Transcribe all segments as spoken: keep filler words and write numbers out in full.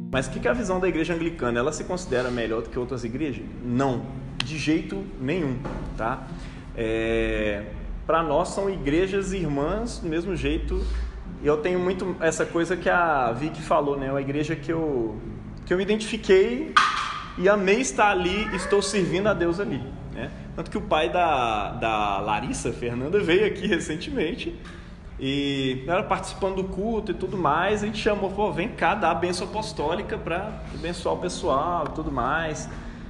Mas o que é a visão da igreja anglicana? Ela se considera melhor do que outras igrejas? Não, de jeito nenhum, tá? É, para nós são igrejas irmãs do mesmo jeito. E eu tenho muito essa coisa que a Vicky falou, né? Uma igreja que eu, que eu me identifiquei e amei estar ali, estou servindo a Deus ali, né? Tanto que o pai da, da Larissa, Fernanda, veio aqui recentemente e ela participando do culto e tudo mais, a gente chamou, pô, vem cá dar a bênção apostólica para abençoar o pessoal e tudo mais.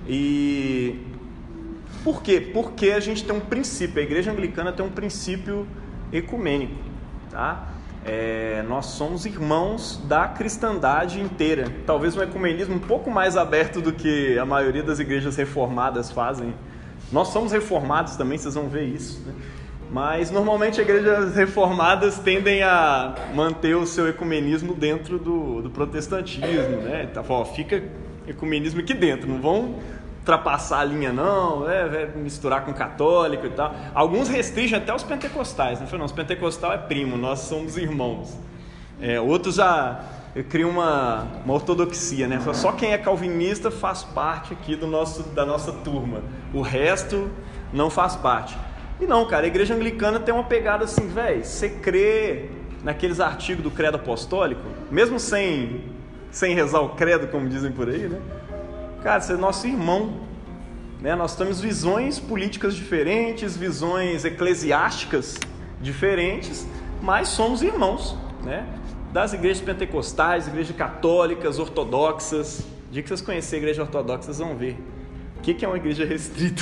E por quê? Porque a gente tem um princípio, a igreja anglicana tem um princípio ecumênico, tá? É, nós somos irmãos da cristandade inteira. Talvez um ecumenismo um pouco mais aberto do que a maioria das igrejas reformadas fazem. Nós somos reformados também, vocês vão ver isso, né? Mas normalmente igrejas reformadas tendem a manter o seu ecumenismo dentro do, do protestantismo, né? Então, ó, fica ecumenismo aqui dentro, não vão ultrapassar a linha não, é, é misturar com católico e tal. Alguns restringem até os pentecostais, não, não, os pentecostais é primo, nós somos irmãos. É, outros já criam uma, uma ortodoxia, né? Só quem é calvinista faz parte aqui do nosso, da nossa turma, o resto não faz parte. E não, cara, a igreja anglicana tem uma pegada assim, velho, você crê naqueles artigos do credo apostólico, mesmo sem, sem rezar o credo, como dizem por aí, né? Cara, você é nosso irmão, né? Nós temos visões políticas diferentes, visões eclesiásticas diferentes, mas somos irmãos, né? Das igrejas pentecostais, igrejas católicas, ortodoxas. O dia que vocês conhecerem a igreja ortodoxa, vocês vão ver o que é uma igreja restrita.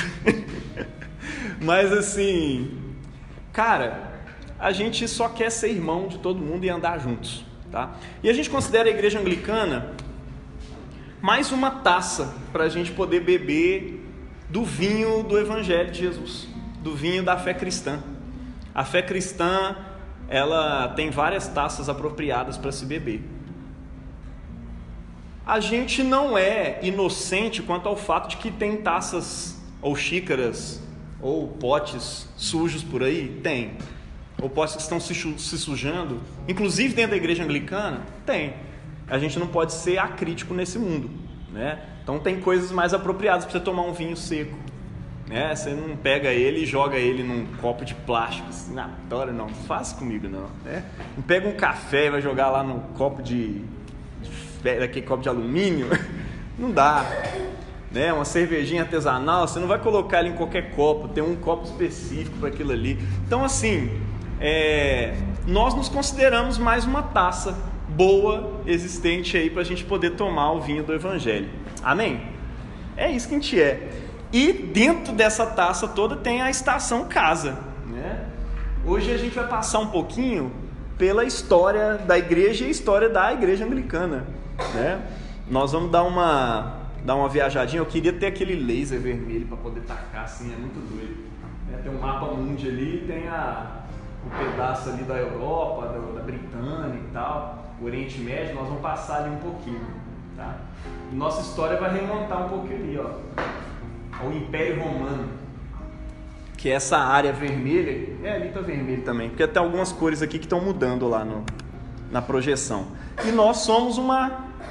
Mas assim, cara, a gente só quer ser irmão de todo mundo e andar juntos, tá? E a gente considera a igreja anglicana mais uma taça para a gente poder beber do vinho do Evangelho de Jesus, do vinho da fé cristã. A fé cristã, ela tem várias taças apropriadas para se beber. A gente não é inocente quanto ao fato de que tem taças ou xícaras ou potes sujos por aí? Tem. Ou potes que estão se sujando, inclusive dentro da igreja anglicana? Tem. A gente não pode ser acrítico nesse mundo, né? Então tem coisas mais apropriadas para você tomar um vinho seco, né? Você não pega ele e joga ele num copo de plástico, assim, na tora, não, não faz comigo não, né? Não pega um café e vai jogar lá no copo de, de aquele copo de alumínio, não dá, né? Uma cervejinha artesanal, você não vai colocar ele em qualquer copo, tem um copo específico para aquilo ali. Então assim, é, nós nos consideramos mais uma taça boa existente aí para a gente poder tomar o vinho do Evangelho. Amém? É isso que a gente é. E dentro dessa taça toda tem a estação casa, né? Hoje a gente vai passar um pouquinho pela história da igreja e a história da igreja anglicana, né? Nós vamos dar uma, dar uma viajadinha. Eu queria ter aquele laser vermelho para poder tacar assim, é muito doido, né? Tem um mapa mundi ali, tem a, um pedaço ali da Europa, da, da Britânia e tal, o Oriente Médio. Nós vamos passar ali um pouquinho, tá? Nossa história vai remontar um pouquinho ali, ó, ao Império Romano, que é essa área vermelha. É, ali tá vermelho também, porque tem algumas cores aqui que estão mudando lá no, na projeção. E nós somos uma,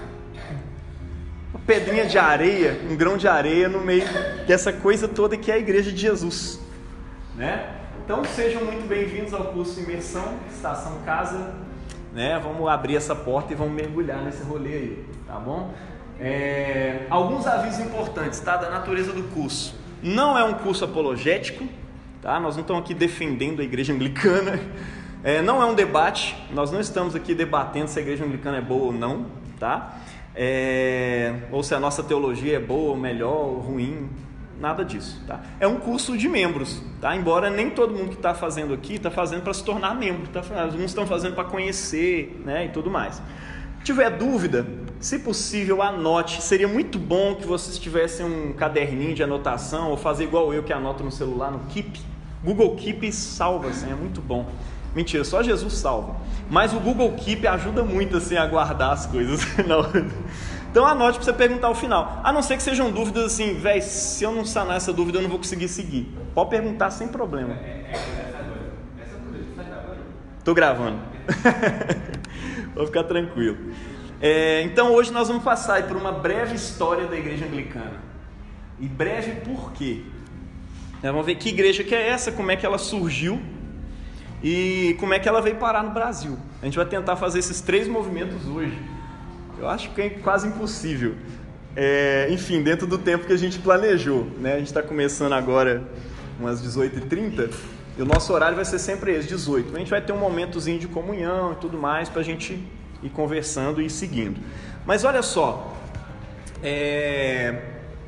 uma pedrinha de areia, um grão de areia no meio dessa coisa toda que é a Igreja de Jesus, né? Então sejam muito bem-vindos ao curso Imersão, Estação Casa, né? Vamos abrir essa porta e vamos mergulhar nesse rolê aí, tá bom? É, alguns avisos importantes, tá? Da natureza do curso. Não é um curso apologético, tá? Nós não estamos aqui defendendo a igreja anglicana. É, não é um debate. Nós não estamos aqui debatendo se a igreja anglicana é boa ou não, tá? É, ou se a nossa teologia é boa ou melhor ou ruim. Nada disso, tá? É um curso de membros, tá? Embora nem todo mundo que está fazendo aqui está fazendo para se tornar membro, tá? Alguns estão fazendo para conhecer, né? E tudo mais. Se tiver dúvida, se possível, anote. Seria muito bom que vocês tivessem um caderninho de anotação, ou fazer igual eu que anoto no celular, no Keep. Google Keep salva, assim, é muito bom. Mentira, só Jesus salva. Mas o Google Keep ajuda muito assim, a guardar as coisas. Então anote para você perguntar ao final. A não ser que sejam dúvidas assim, velho, se eu não sanar essa dúvida, eu não vou conseguir seguir. Pode perguntar sem problema. É, é, essa coisa. Essa coisa, você está gravando? Tô gravando. Vou ficar tranquilo. É, então hoje nós vamos passar aí por uma breve história da igreja anglicana. E breve por quê? É, vamos ver que igreja que é essa, como é que ela surgiu e como é que ela veio parar no Brasil. A gente vai tentar fazer esses três movimentos hoje. Eu acho que é quase impossível. É, enfim, dentro do tempo que a gente planejou, né? A gente está começando agora umas dezoito e trinta e o nosso horário vai ser sempre esse, dezoito. A gente vai ter um momentozinho de comunhão e tudo mais para a gente ir conversando e ir seguindo. Mas olha só, é...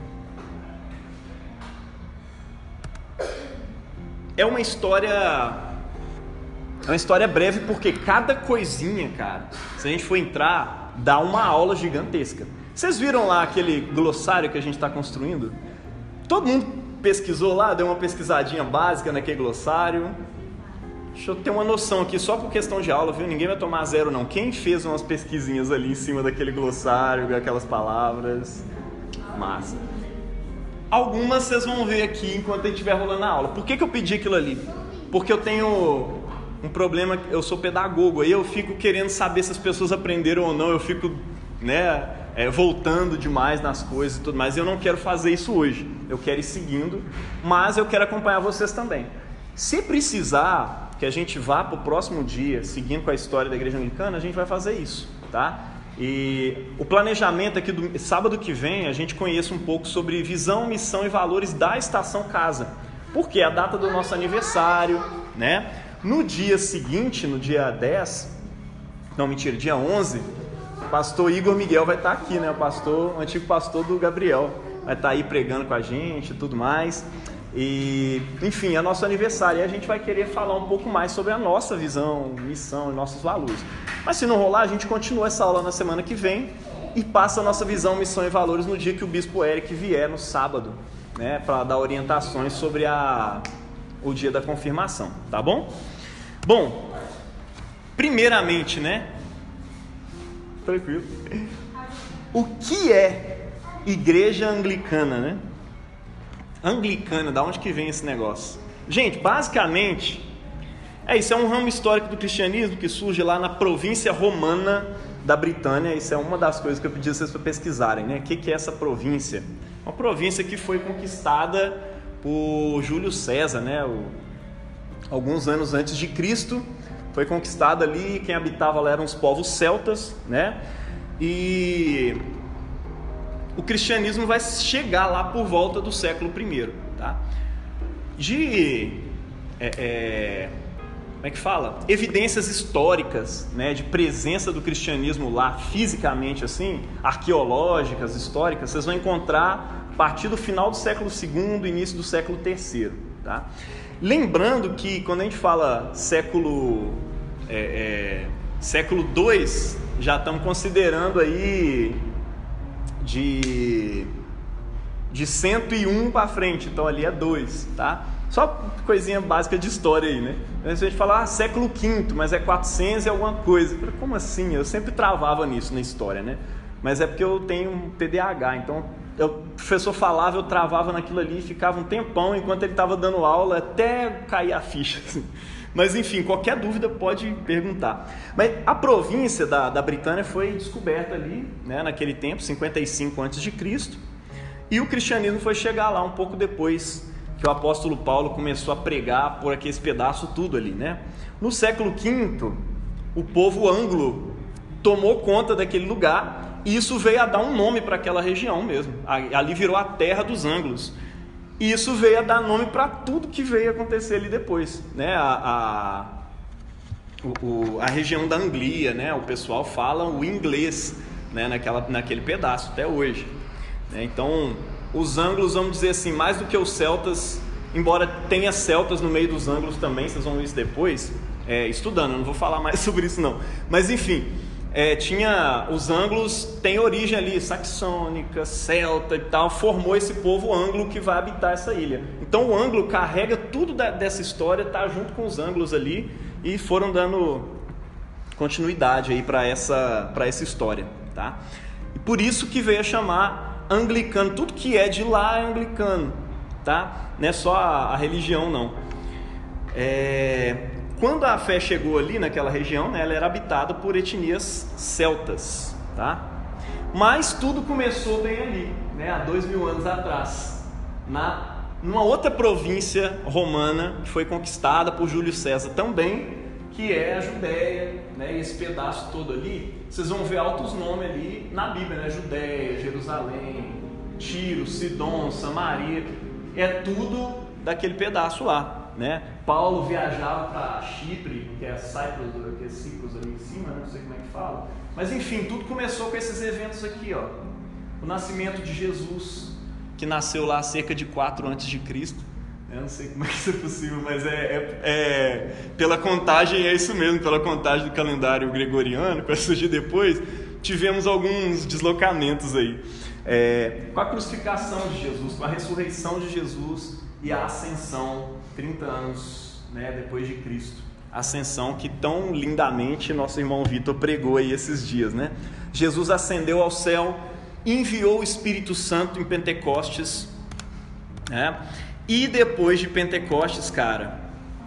é uma história, é uma história breve porque cada coisinha, cara, se a gente for entrar, dá uma aula gigantesca. Vocês viram lá aquele glossário que a gente está construindo? Todo mundo pesquisou lá, deu uma pesquisadinha básica naquele glossário. Deixa eu ter uma noção aqui, só por questão de aula, viu? Ninguém vai tomar zero não. Quem fez umas pesquisinhas ali em cima daquele glossário, aquelas palavras? Massa. Algumas vocês vão ver aqui enquanto a gente estiver rolando a aula. Por que que eu pedi aquilo ali? Porque eu tenho um problema, eu sou pedagogo, aí eu fico querendo saber se as pessoas aprenderam ou não, eu fico, né, é, voltando demais nas coisas e tudo mais. Eu não quero fazer isso hoje, eu quero ir seguindo, mas eu quero acompanhar vocês também. Se precisar que a gente vá para o próximo dia, seguindo com a história da igreja anglicana, a gente vai fazer isso, tá? E o planejamento aqui do sábado que vem, a gente conhece um pouco sobre visão, missão e valores da Estação Casa, porque é a data do nosso aniversário, né? No dia seguinte, no dia dez, não, mentira, dia onze, o pastor Igor Miguel vai estar aqui, né? O pastor, o antigo pastor do Gabriel, vai estar aí pregando com a gente e tudo mais. E, enfim, é nosso aniversário e a gente vai querer falar um pouco mais sobre a nossa visão, missão e nossos valores. Mas se não rolar, a gente continua essa aula na semana que vem e passa a nossa visão, missão e valores no dia que o Bispo Eric vier, no sábado, né, para dar orientações sobre a, o dia da confirmação, tá bom? Bom, primeiramente, né? Tranquilo. O que é igreja anglicana, né? Anglicana, da onde que vem esse negócio? Gente, basicamente, é isso, é um ramo histórico do cristianismo que surge lá na província romana da Britânia. Isso é uma das coisas que eu pedi a vocês para pesquisarem, né? O que que é essa província? Uma província que foi conquistada por Júlio César, né? O, alguns anos antes de Cristo, foi conquistada ali, quem habitava lá eram os povos celtas, né? E o cristianismo vai chegar lá por volta do século primeiro, tá? De, é, é, como é que fala? Evidências históricas, né, de presença do cristianismo lá, fisicamente assim, arqueológicas, históricas, vocês vão encontrar a partir do final do século segundo, início do século terceiro, tá? Lembrando que quando a gente fala século, é, é, século dois, já estamos considerando aí de, de cento e um para frente, então ali é dois, tá? Só coisinha básica de história aí, né? A gente fala, ah, século quinto, mas é quatrocentos e alguma coisa. Eu falei, como assim? Eu sempre travava nisso na história, né? Mas é porque eu tenho um T D A H, então eu, o professor falava, eu travava naquilo ali, ficava um tempão enquanto ele estava dando aula, até cair a ficha, assim. Mas enfim, qualquer dúvida pode perguntar. Mas a província da, da Britânia foi descoberta ali, né, naquele tempo, cinquenta e cinco antes de Cristo, e o cristianismo foi chegar lá um pouco depois que o apóstolo Paulo começou a pregar por aquele pedaço tudo ali, né? No século quinto, o povo anglo tomou conta daquele lugar e isso veio a dar um nome para aquela região mesmo. Ali virou a terra dos anglos. E isso veio a dar nome para tudo que veio acontecer ali depois, né? A, a, o, a região da Anglia, né? O pessoal fala o inglês, né? Naquela, naquele pedaço até hoje, né? Então, os anglos, vamos dizer assim, mais do que os celtas, embora tenha celtas no meio dos anglos também, vocês vão ver isso depois, é, estudando, eu não vou falar mais sobre isso não, mas enfim, é, tinha, os anglos têm origem ali, saxônica, celta e tal, formou esse povo anglo que vai habitar essa ilha. Então o anglo carrega tudo da, dessa história, tá junto com os anglos ali, e foram dando continuidade aí para essa, para essa história, tá? E por isso que veio a chamar anglicano, tudo que é de lá é anglicano, tá? Não é só a, a religião não. É... Quando a fé chegou ali naquela região, né, ela era habitada por etnias celtas, tá? Mas tudo começou bem ali, né? Há dois mil anos atrás, na, numa outra província romana que foi conquistada por Júlio César também, que é a Judéia, né? E esse pedaço todo ali, vocês vão ver altos nomes ali na Bíblia, né? Judéia, Jerusalém, Tiro, Sidom, Samaria, é tudo daquele pedaço lá, né? Paulo viajava para Chipre, que é Cyprus, que é Cipros ali em cima, né? Não sei como é que fala, mas enfim, tudo começou com esses eventos aqui, ó. O nascimento de Jesus, que nasceu lá cerca de quatro antes de Cristo. Eu não sei como é que isso é possível, mas é, é, é pela contagem, é isso mesmo, pela contagem do calendário gregoriano, que vai surgir depois, tivemos alguns deslocamentos aí. É, com a crucificação de Jesus, com a ressurreição de Jesus e a ascensão, trinta anos, né, depois de Cristo. Ascensão que tão lindamente nosso irmão Vitor pregou aí esses dias, né? Jesus ascendeu ao céu, enviou o Espírito Santo em Pentecostes, né? E depois de Pentecostes, cara,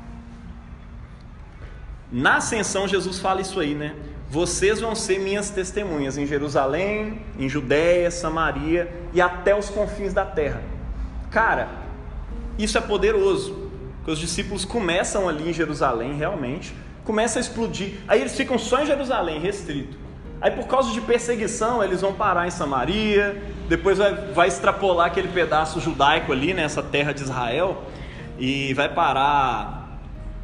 na ascensão Jesus fala isso aí, né? Vocês vão ser minhas testemunhas em Jerusalém, em Judéia, Samaria e até os confins da terra. Cara, isso é poderoso, porque os discípulos começam ali em Jerusalém, realmente, começa a explodir, aí eles ficam só em Jerusalém, restrito. Aí por causa de perseguição eles vão parar em Samaria, depois vai, vai extrapolar aquele pedaço judaico ali, nessa terra de Israel, e vai parar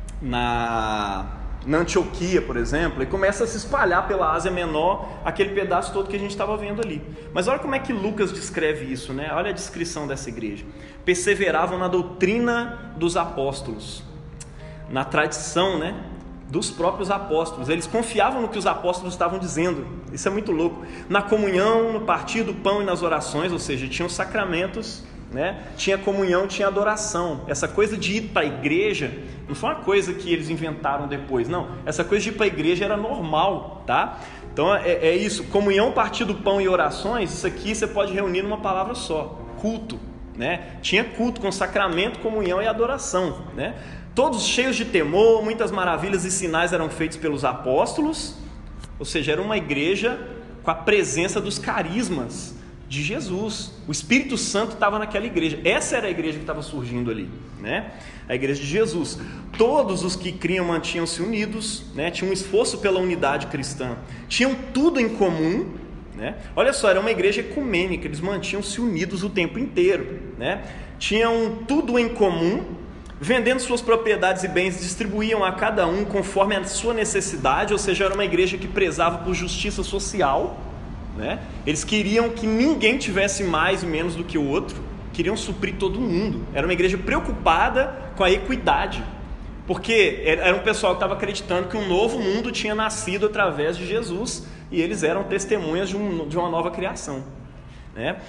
na, na Antioquia, por exemplo, e começa a se espalhar pela Ásia Menor, aquele pedaço todo que a gente estava vendo ali. Mas olha como é que Lucas descreve isso, né? Olha a descrição dessa igreja. Perseveravam na doutrina dos apóstolos, na tradição, né, dos próprios apóstolos. Eles confiavam no que os apóstolos estavam dizendo. Isso é muito louco. Na comunhão, no partir do pão e nas orações, ou seja, tinham sacramentos, né? Tinha comunhão, tinha adoração. Essa coisa de ir para a igreja não foi uma coisa que eles inventaram depois, não. Essa coisa de ir para a igreja era normal, tá? Então é, é isso, comunhão, partir do pão e orações, isso aqui você pode reunir numa palavra só, culto, né? Tinha culto com sacramento, comunhão e adoração, né? Todos cheios de temor, muitas maravilhas e sinais eram feitos pelos apóstolos, ou seja, era uma igreja com a presença dos carismas de Jesus. O Espírito Santo estava naquela igreja. Essa era a igreja que estava surgindo ali, né? A igreja de Jesus. Todos os que criam mantinham-se unidos, né? Tinham um esforço pela unidade cristã, tinham tudo em comum, né? Olha só, era uma igreja ecumênica, eles mantinham-se unidos o tempo inteiro, né? Tinham tudo em comum, vendendo suas propriedades e bens, distribuíam a cada um conforme a sua necessidade, ou seja, era uma igreja que prezava por justiça social, né? Eles queriam que ninguém tivesse mais e menos do que o outro, queriam suprir todo mundo. Era uma igreja preocupada com a equidade, porque era um pessoal que estava acreditando que um novo mundo tinha nascido através de Jesus, e eles eram testemunhas de, um, de uma nova criação, né?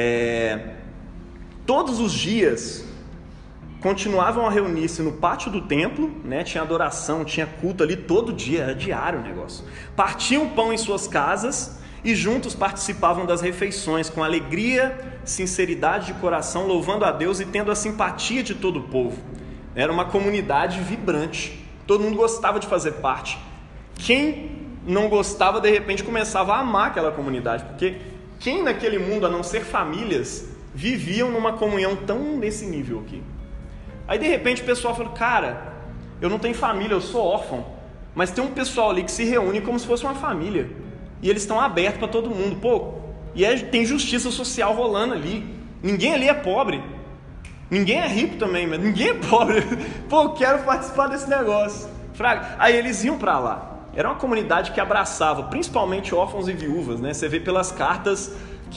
É, todos os dias continuavam a reunir-se no pátio do templo, né? Tinha adoração, tinha culto ali todo dia, era diário o negócio. Partiam pão em suas casas e juntos participavam das refeições com alegria, sinceridade de coração, louvando a Deus e tendo a simpatia de todo o povo. Era uma comunidade vibrante, todo mundo gostava de fazer parte. Quem não gostava, de repente começava a amar aquela comunidade, porque quem naquele mundo, a não ser famílias, viviam numa comunhão tão nesse nível aqui? Aí de repente o pessoal falou, cara, eu não tenho família, eu sou órfão, mas tem um pessoal ali que se reúne como se fosse uma família, e eles estão abertos para todo mundo, pô, e é, tem justiça social rolando ali, ninguém ali é pobre, ninguém é rico também, mas ninguém é pobre, pô, eu quero participar desse negócio, fraga. Aí eles iam para lá, era uma comunidade que abraçava, principalmente órfãos e viúvas, né? Você vê pelas cartas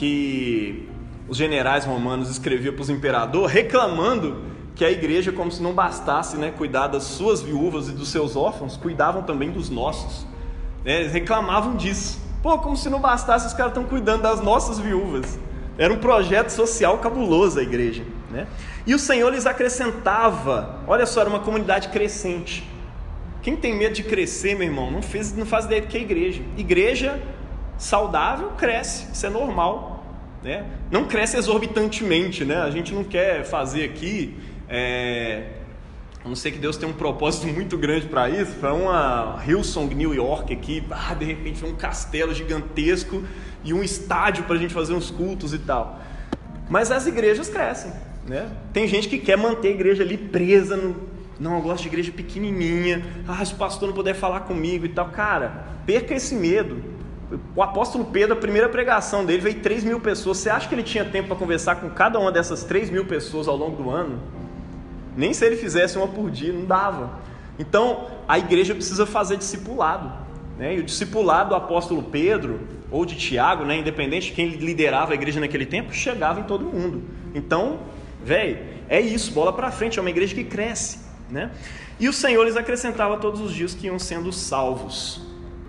que os generais romanos escreviam para os imperadores, reclamando que a igreja, como se não bastasse, né, cuidar das suas viúvas e dos seus órfãos, cuidavam também dos nossos, né? Eles reclamavam disso, pô, como se não bastasse, os caras estão cuidando das nossas viúvas. Era um projeto social cabuloso a igreja, né? E o Senhor lhes acrescentava, olha só, era uma comunidade crescente. Quem tem medo de crescer, meu irmão, não, fez, não faz ideia do que é igreja. Igreja saudável cresce, isso é normal, né? Não cresce exorbitantemente, né? A gente não quer fazer aqui é, A não ser que Deus tenha um propósito muito grande para isso, para uma Hillsong, New York aqui, ah, de repente um castelo gigantesco e um estádio para a gente fazer uns cultos e tal. Mas as igrejas crescem, né? Tem gente que quer manter a igreja ali presa no... Não, eu gosto de igreja pequenininha, ah, se o pastor não puder falar comigo e tal. Cara, perca esse medo. O apóstolo Pedro, a primeira pregação dele, veio três mil pessoas. Você acha que ele tinha tempo para conversar com cada uma dessas três mil pessoas ao longo do ano? Nem se ele fizesse uma por dia, não dava. Então, a igreja precisa fazer discipulado, né? E o discipulado do apóstolo Pedro, ou de Tiago, né? Independente de quem liderava a igreja naquele tempo, chegava em todo mundo. Então, velho, é isso, bola para frente, é uma igreja que cresce, né? E o Senhor lhes acrescentava todos os dias que iam sendo salvos.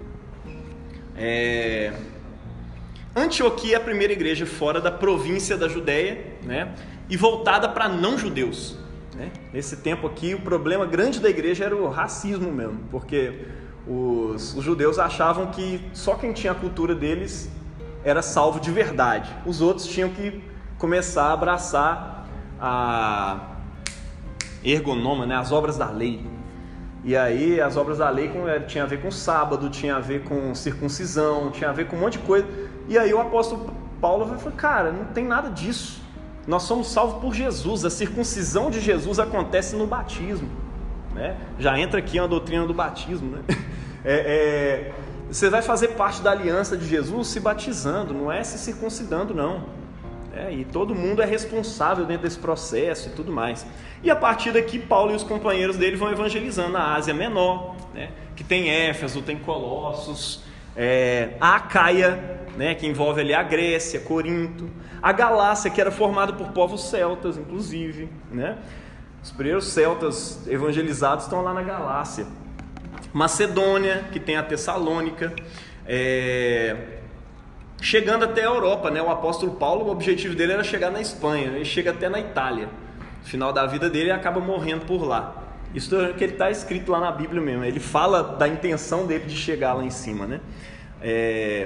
É... Antioquia é a primeira igreja fora da província da Judéia, né? E voltada para não-judeus. Nesse tempo aqui, o problema grande da igreja era o racismo mesmo, porque os, os judeus achavam que só quem tinha a cultura deles era salvo de verdade. Os outros tinham que começar a abraçar a ergonoma, né, as obras da lei. E aí as obras da lei tinha a ver com sábado, tinha a ver com circuncisão, tinha a ver com um monte de coisa. E aí o apóstolo Paulo falou, cara, não tem nada disso. Nós somos salvos por Jesus, a circuncisão de Jesus acontece no batismo, né? Já entra aqui uma doutrina do batismo, né? É, é, você vai fazer parte da aliança de Jesus se batizando, não é se circuncidando não, é, e todo mundo é responsável dentro desse processo e tudo mais. E a partir daqui Paulo e os companheiros dele vão evangelizando a Ásia Menor, né? Que tem Éfeso, tem Colossos, é, a Acaia, né, que envolve ali a Grécia, Corinto, a Galácia, que era formada por povos celtas, inclusive, né? Os primeiros celtas evangelizados estão lá na Galácia. Macedônia, que tem a Tessalônica, é... chegando até a Europa, né? O apóstolo Paulo, o objetivo dele era chegar na Espanha, ele chega até na Itália. No final da vida dele, ele acaba morrendo por lá. Isso é que ele está escrito lá na Bíblia mesmo. Ele fala da intenção dele de chegar lá em cima, né? É...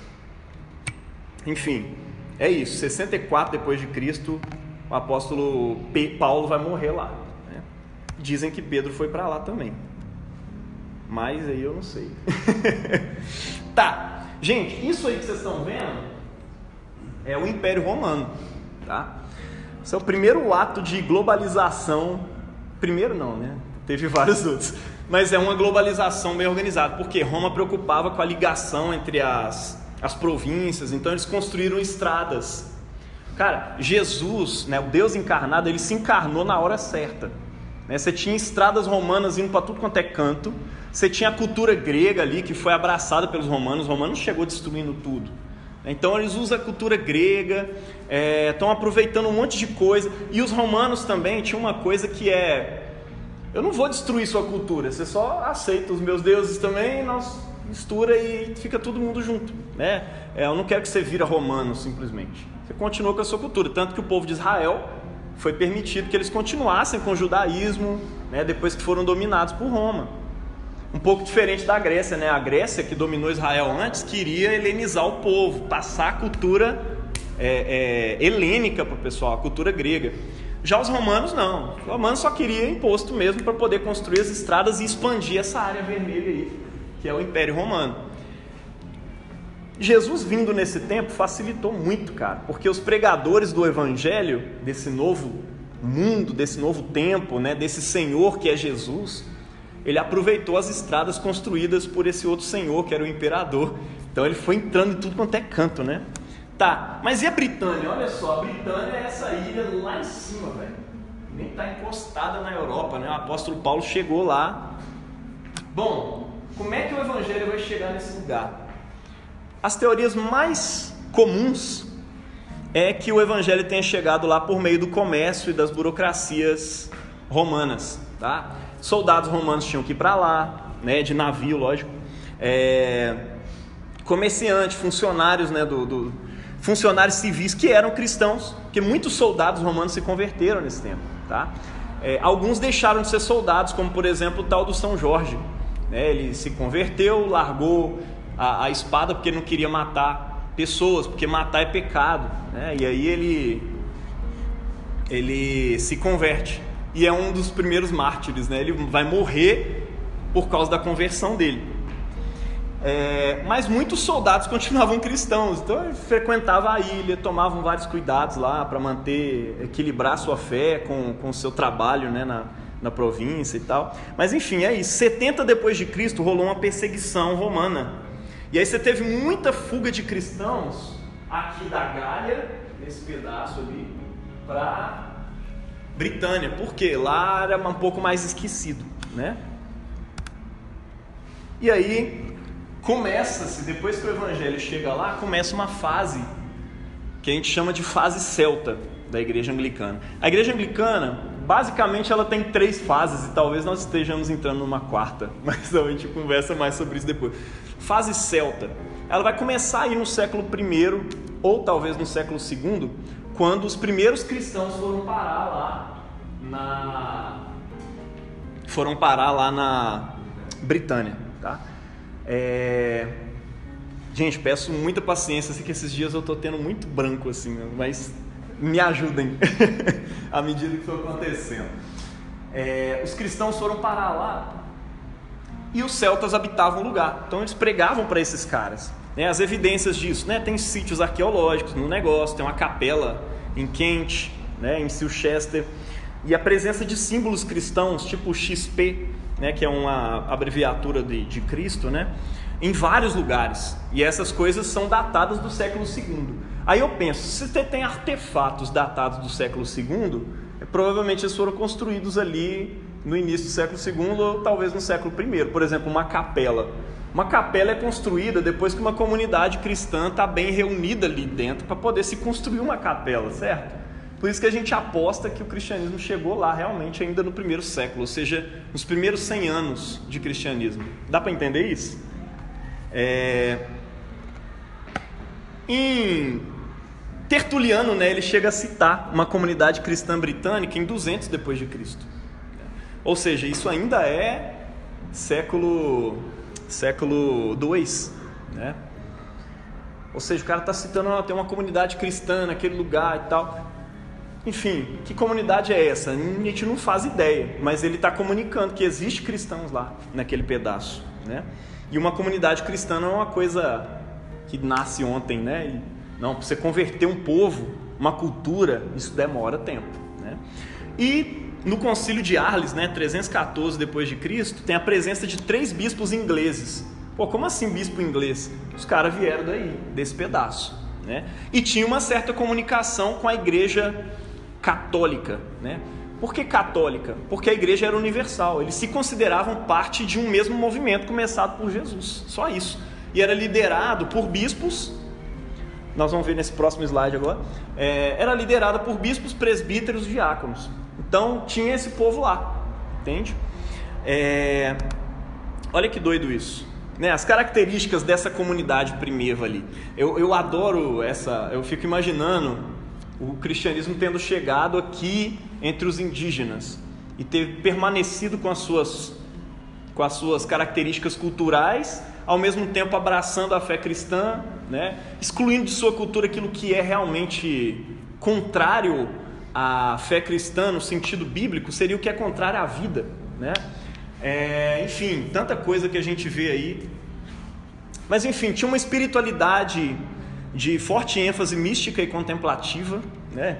Enfim, é isso. sessenta e quatro depois de Cristo, o apóstolo P... Paulo vai morrer lá, né? Dizem que Pedro foi para lá também, mas aí eu não sei. Tá, gente, isso aí que vocês estão vendo é o Império Romano, tá? Esse é o primeiro ato de globalização. Primeiro não, né? Teve vários outros. Mas é uma globalização bem organizada, porque Roma preocupava com a ligação entre as, as províncias, então eles construíram estradas. Cara, Jesus, né, o Deus encarnado, ele se encarnou na hora certa. Né? Você tinha estradas romanas indo para tudo quanto é canto, você tinha a cultura grega ali, que foi abraçada pelos romanos, os romanos chegou destruindo tudo. Então eles usam a cultura grega, estão é, aproveitando um monte de coisa, e os romanos também tinham uma coisa que é... Eu não vou destruir sua cultura, você só aceita os meus deuses também, nós mistura e fica todo mundo junto, né? É, eu não quero que você vira romano simplesmente. Você continua com a sua cultura, tanto que o povo de Israel foi permitido que eles continuassem com o judaísmo, né, depois que foram dominados por Roma. Um pouco diferente da Grécia, né? A Grécia, que dominou Israel antes, queria helenizar o povo, passar a cultura é, é, helênica para o pessoal, a cultura grega. Já os romanos não, os romanos só queriam imposto mesmo para poder construir as estradas e expandir essa área vermelha aí, que é o Império Romano. Jesus vindo nesse tempo facilitou muito, cara, porque os pregadores do Evangelho, desse novo mundo, desse novo tempo, né, desse Senhor que é Jesus, ele aproveitou as estradas construídas por esse outro senhor, que era o imperador. Então ele foi entrando em tudo quanto é canto, né? Tá, mas e a Britânia? Olha só, a Britânia é essa ilha lá em cima, velho. Nem está encostada na Europa, né? O apóstolo Paulo chegou lá. Bom, como é que o evangelho vai chegar nesse lugar? As teorias mais comuns é que o evangelho tenha chegado lá por meio do comércio e das burocracias romanas, tá? Soldados romanos tinham que ir para lá, né? De navio, lógico. É... Comerciantes, funcionários, né? do... do... funcionários civis que eram cristãos, porque muitos soldados romanos se converteram nesse tempo, tá? É, alguns deixaram de ser soldados, como por exemplo o tal do São Jorge, né? Ele se converteu, largou a, a espada porque não queria matar pessoas, porque matar é pecado, né? E aí ele, ele se converte, e é um dos primeiros mártires, né? Ele vai morrer por causa da conversão dele. É, mas muitos soldados continuavam cristãos, então ele frequentava a ilha, tomavam vários cuidados lá para manter, equilibrar sua fé com, com o seu trabalho, né, na, na província e tal. Mas enfim, é isso. setenta depois de Cristo rolou uma perseguição romana. E aí você teve muita fuga de cristãos aqui da Gália, nesse pedaço ali, para Britânia, porque lá era um pouco mais esquecido, né? E aí começa-se, depois que o evangelho chega lá, começa uma fase que a gente chama de fase celta da igreja anglicana. A igreja anglicana, basicamente, ela tem três fases, e talvez nós estejamos entrando numa quarta, mas a gente conversa mais sobre isso depois. Fase celta, ela vai começar aí no século primeiro, ou talvez no século segundo, quando os primeiros cristãos foram parar lá na foram parar lá na Britânia, tá? É... Gente, peço muita paciência, assim, que esses dias eu tô tendo muito branco, assim, mas me ajudem à medida que for acontecendo. É... Os cristãos foram parar lá e os celtas habitavam o lugar, então eles pregavam para esses caras, né? As evidências disso, né? Tem sítios arqueológicos no negócio, tem uma capela em Kent, né? Em Silchester, e a presença de símbolos cristãos, tipo X P, né, que é uma abreviatura de, de Cristo, né, em vários lugares. E essas coisas são datadas do século segundo. Aí eu penso, se você tem artefatos datados do século segundo, é, provavelmente eles foram construídos ali no início do século segundo ou talvez no século primeiro. Por exemplo, uma capela. Uma capela é construída depois que uma comunidade cristã está bem reunida ali dentro para poder se construir uma capela, certo? Por isso que a gente aposta que o cristianismo chegou lá realmente ainda no primeiro século, ou seja, nos primeiros cem anos de cristianismo. Dá para entender isso? É... Em Tertuliano, né, ele chega a citar uma comunidade cristã britânica em duzentos depois de Cristo. Ou seja, isso ainda é século século dois, né? Ou seja, o cara está citando, oh, tem uma comunidade cristã naquele lugar e tal. Enfim, que comunidade é essa? A gente não faz ideia, mas ele está comunicando que existe cristãos lá, naquele pedaço, né? E uma comunidade cristã não é uma coisa que nasce ontem, né? E, não, para você converter um povo, uma cultura, isso demora tempo, né? E no concílio de Arles, né, trezentos e quatorze depois de Cristo, tem a presença de três bispos ingleses. Pô, como assim bispo inglês? Os caras vieram daí, desse pedaço, né? E tinha uma certa comunicação com a igreja católica, né? Por que católica? Porque a igreja era universal, eles se consideravam parte de um mesmo movimento começado por Jesus, só isso. E era liderado por bispos, nós vamos ver nesse próximo slide agora, é, era liderado por bispos, presbíteros e diáconos. Então tinha esse povo lá, entende? É, olha que doido isso, né? As características dessa comunidade primeva ali. Eu, eu adoro essa, eu fico imaginando o cristianismo tendo chegado aqui entre os indígenas e ter permanecido com as suas, com as suas características culturais, ao mesmo tempo abraçando a fé cristã, né? Excluindo de sua cultura aquilo que é realmente contrário à fé cristã no sentido bíblico, seria o que é contrário à vida, né? É, enfim, tanta coisa que a gente vê aí. Mas enfim, tinha uma espiritualidade de forte ênfase mística e contemplativa, né?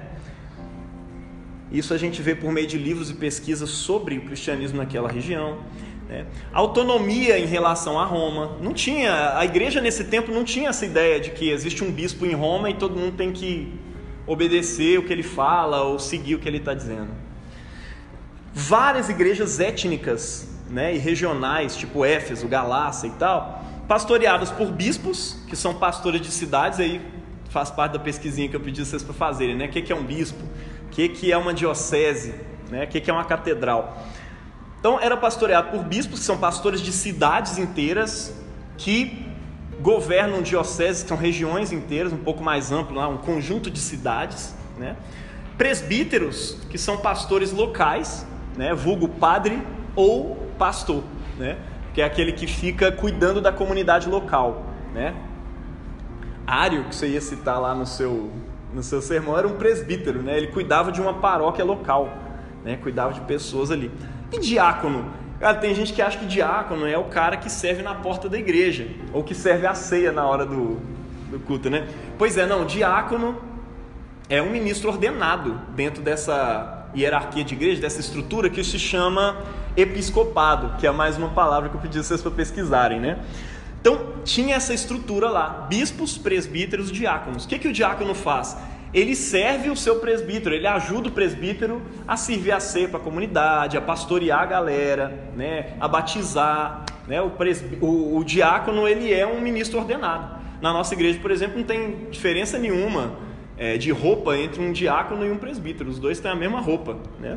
Isso a gente vê por meio de livros e pesquisas sobre o cristianismo naquela região, né? Autonomia em relação a Roma. Não tinha, a igreja nesse tempo não tinha essa ideia de que existe um bispo em Roma e todo mundo tem que obedecer o que ele fala ou seguir o que ele está dizendo. Várias igrejas étnicas, né, e regionais, tipo Éfeso, Galácia e tal, pastoreadas por bispos, que são pastores de cidades. Aí faz parte da pesquisinha que eu pedi vocês para fazerem, né? O que é um bispo? O que é uma diocese? Né? O que é uma catedral? Então era pastoreado por bispos, que são pastores de cidades inteiras, que governam dioceses, que são regiões inteiras, um pouco mais amplo, um conjunto de cidades, né? Presbíteros, que são pastores locais, né? Vulgo padre ou pastor, né? Que é aquele que fica cuidando da comunidade local, né? Ário, que você ia citar lá no seu, no seu sermão, era um presbítero, né? Ele cuidava de uma paróquia local. né? Cuidava de pessoas ali. E diácono? Cara, tem gente que acha que diácono é o cara que serve na porta da igreja, ou que serve a ceia na hora do, do culto, né? Pois é, não, diácono é um ministro ordenado dentro dessa hierarquia de igreja, dessa estrutura que se chama episcopado, que é mais uma palavra que eu pedi vocês para pesquisarem, né? Então, tinha essa estrutura lá, bispos, presbíteros, diáconos. O que, que o diácono faz? Ele serve o seu presbítero, ele ajuda o presbítero a servir a ceia para a comunidade, a pastorear a galera, né, a batizar, né, o, presb... o, o diácono ele é um ministro ordenado. Na nossa igreja, por exemplo, não tem diferença nenhuma é, de roupa entre um diácono e um presbítero, os dois têm a mesma roupa, né?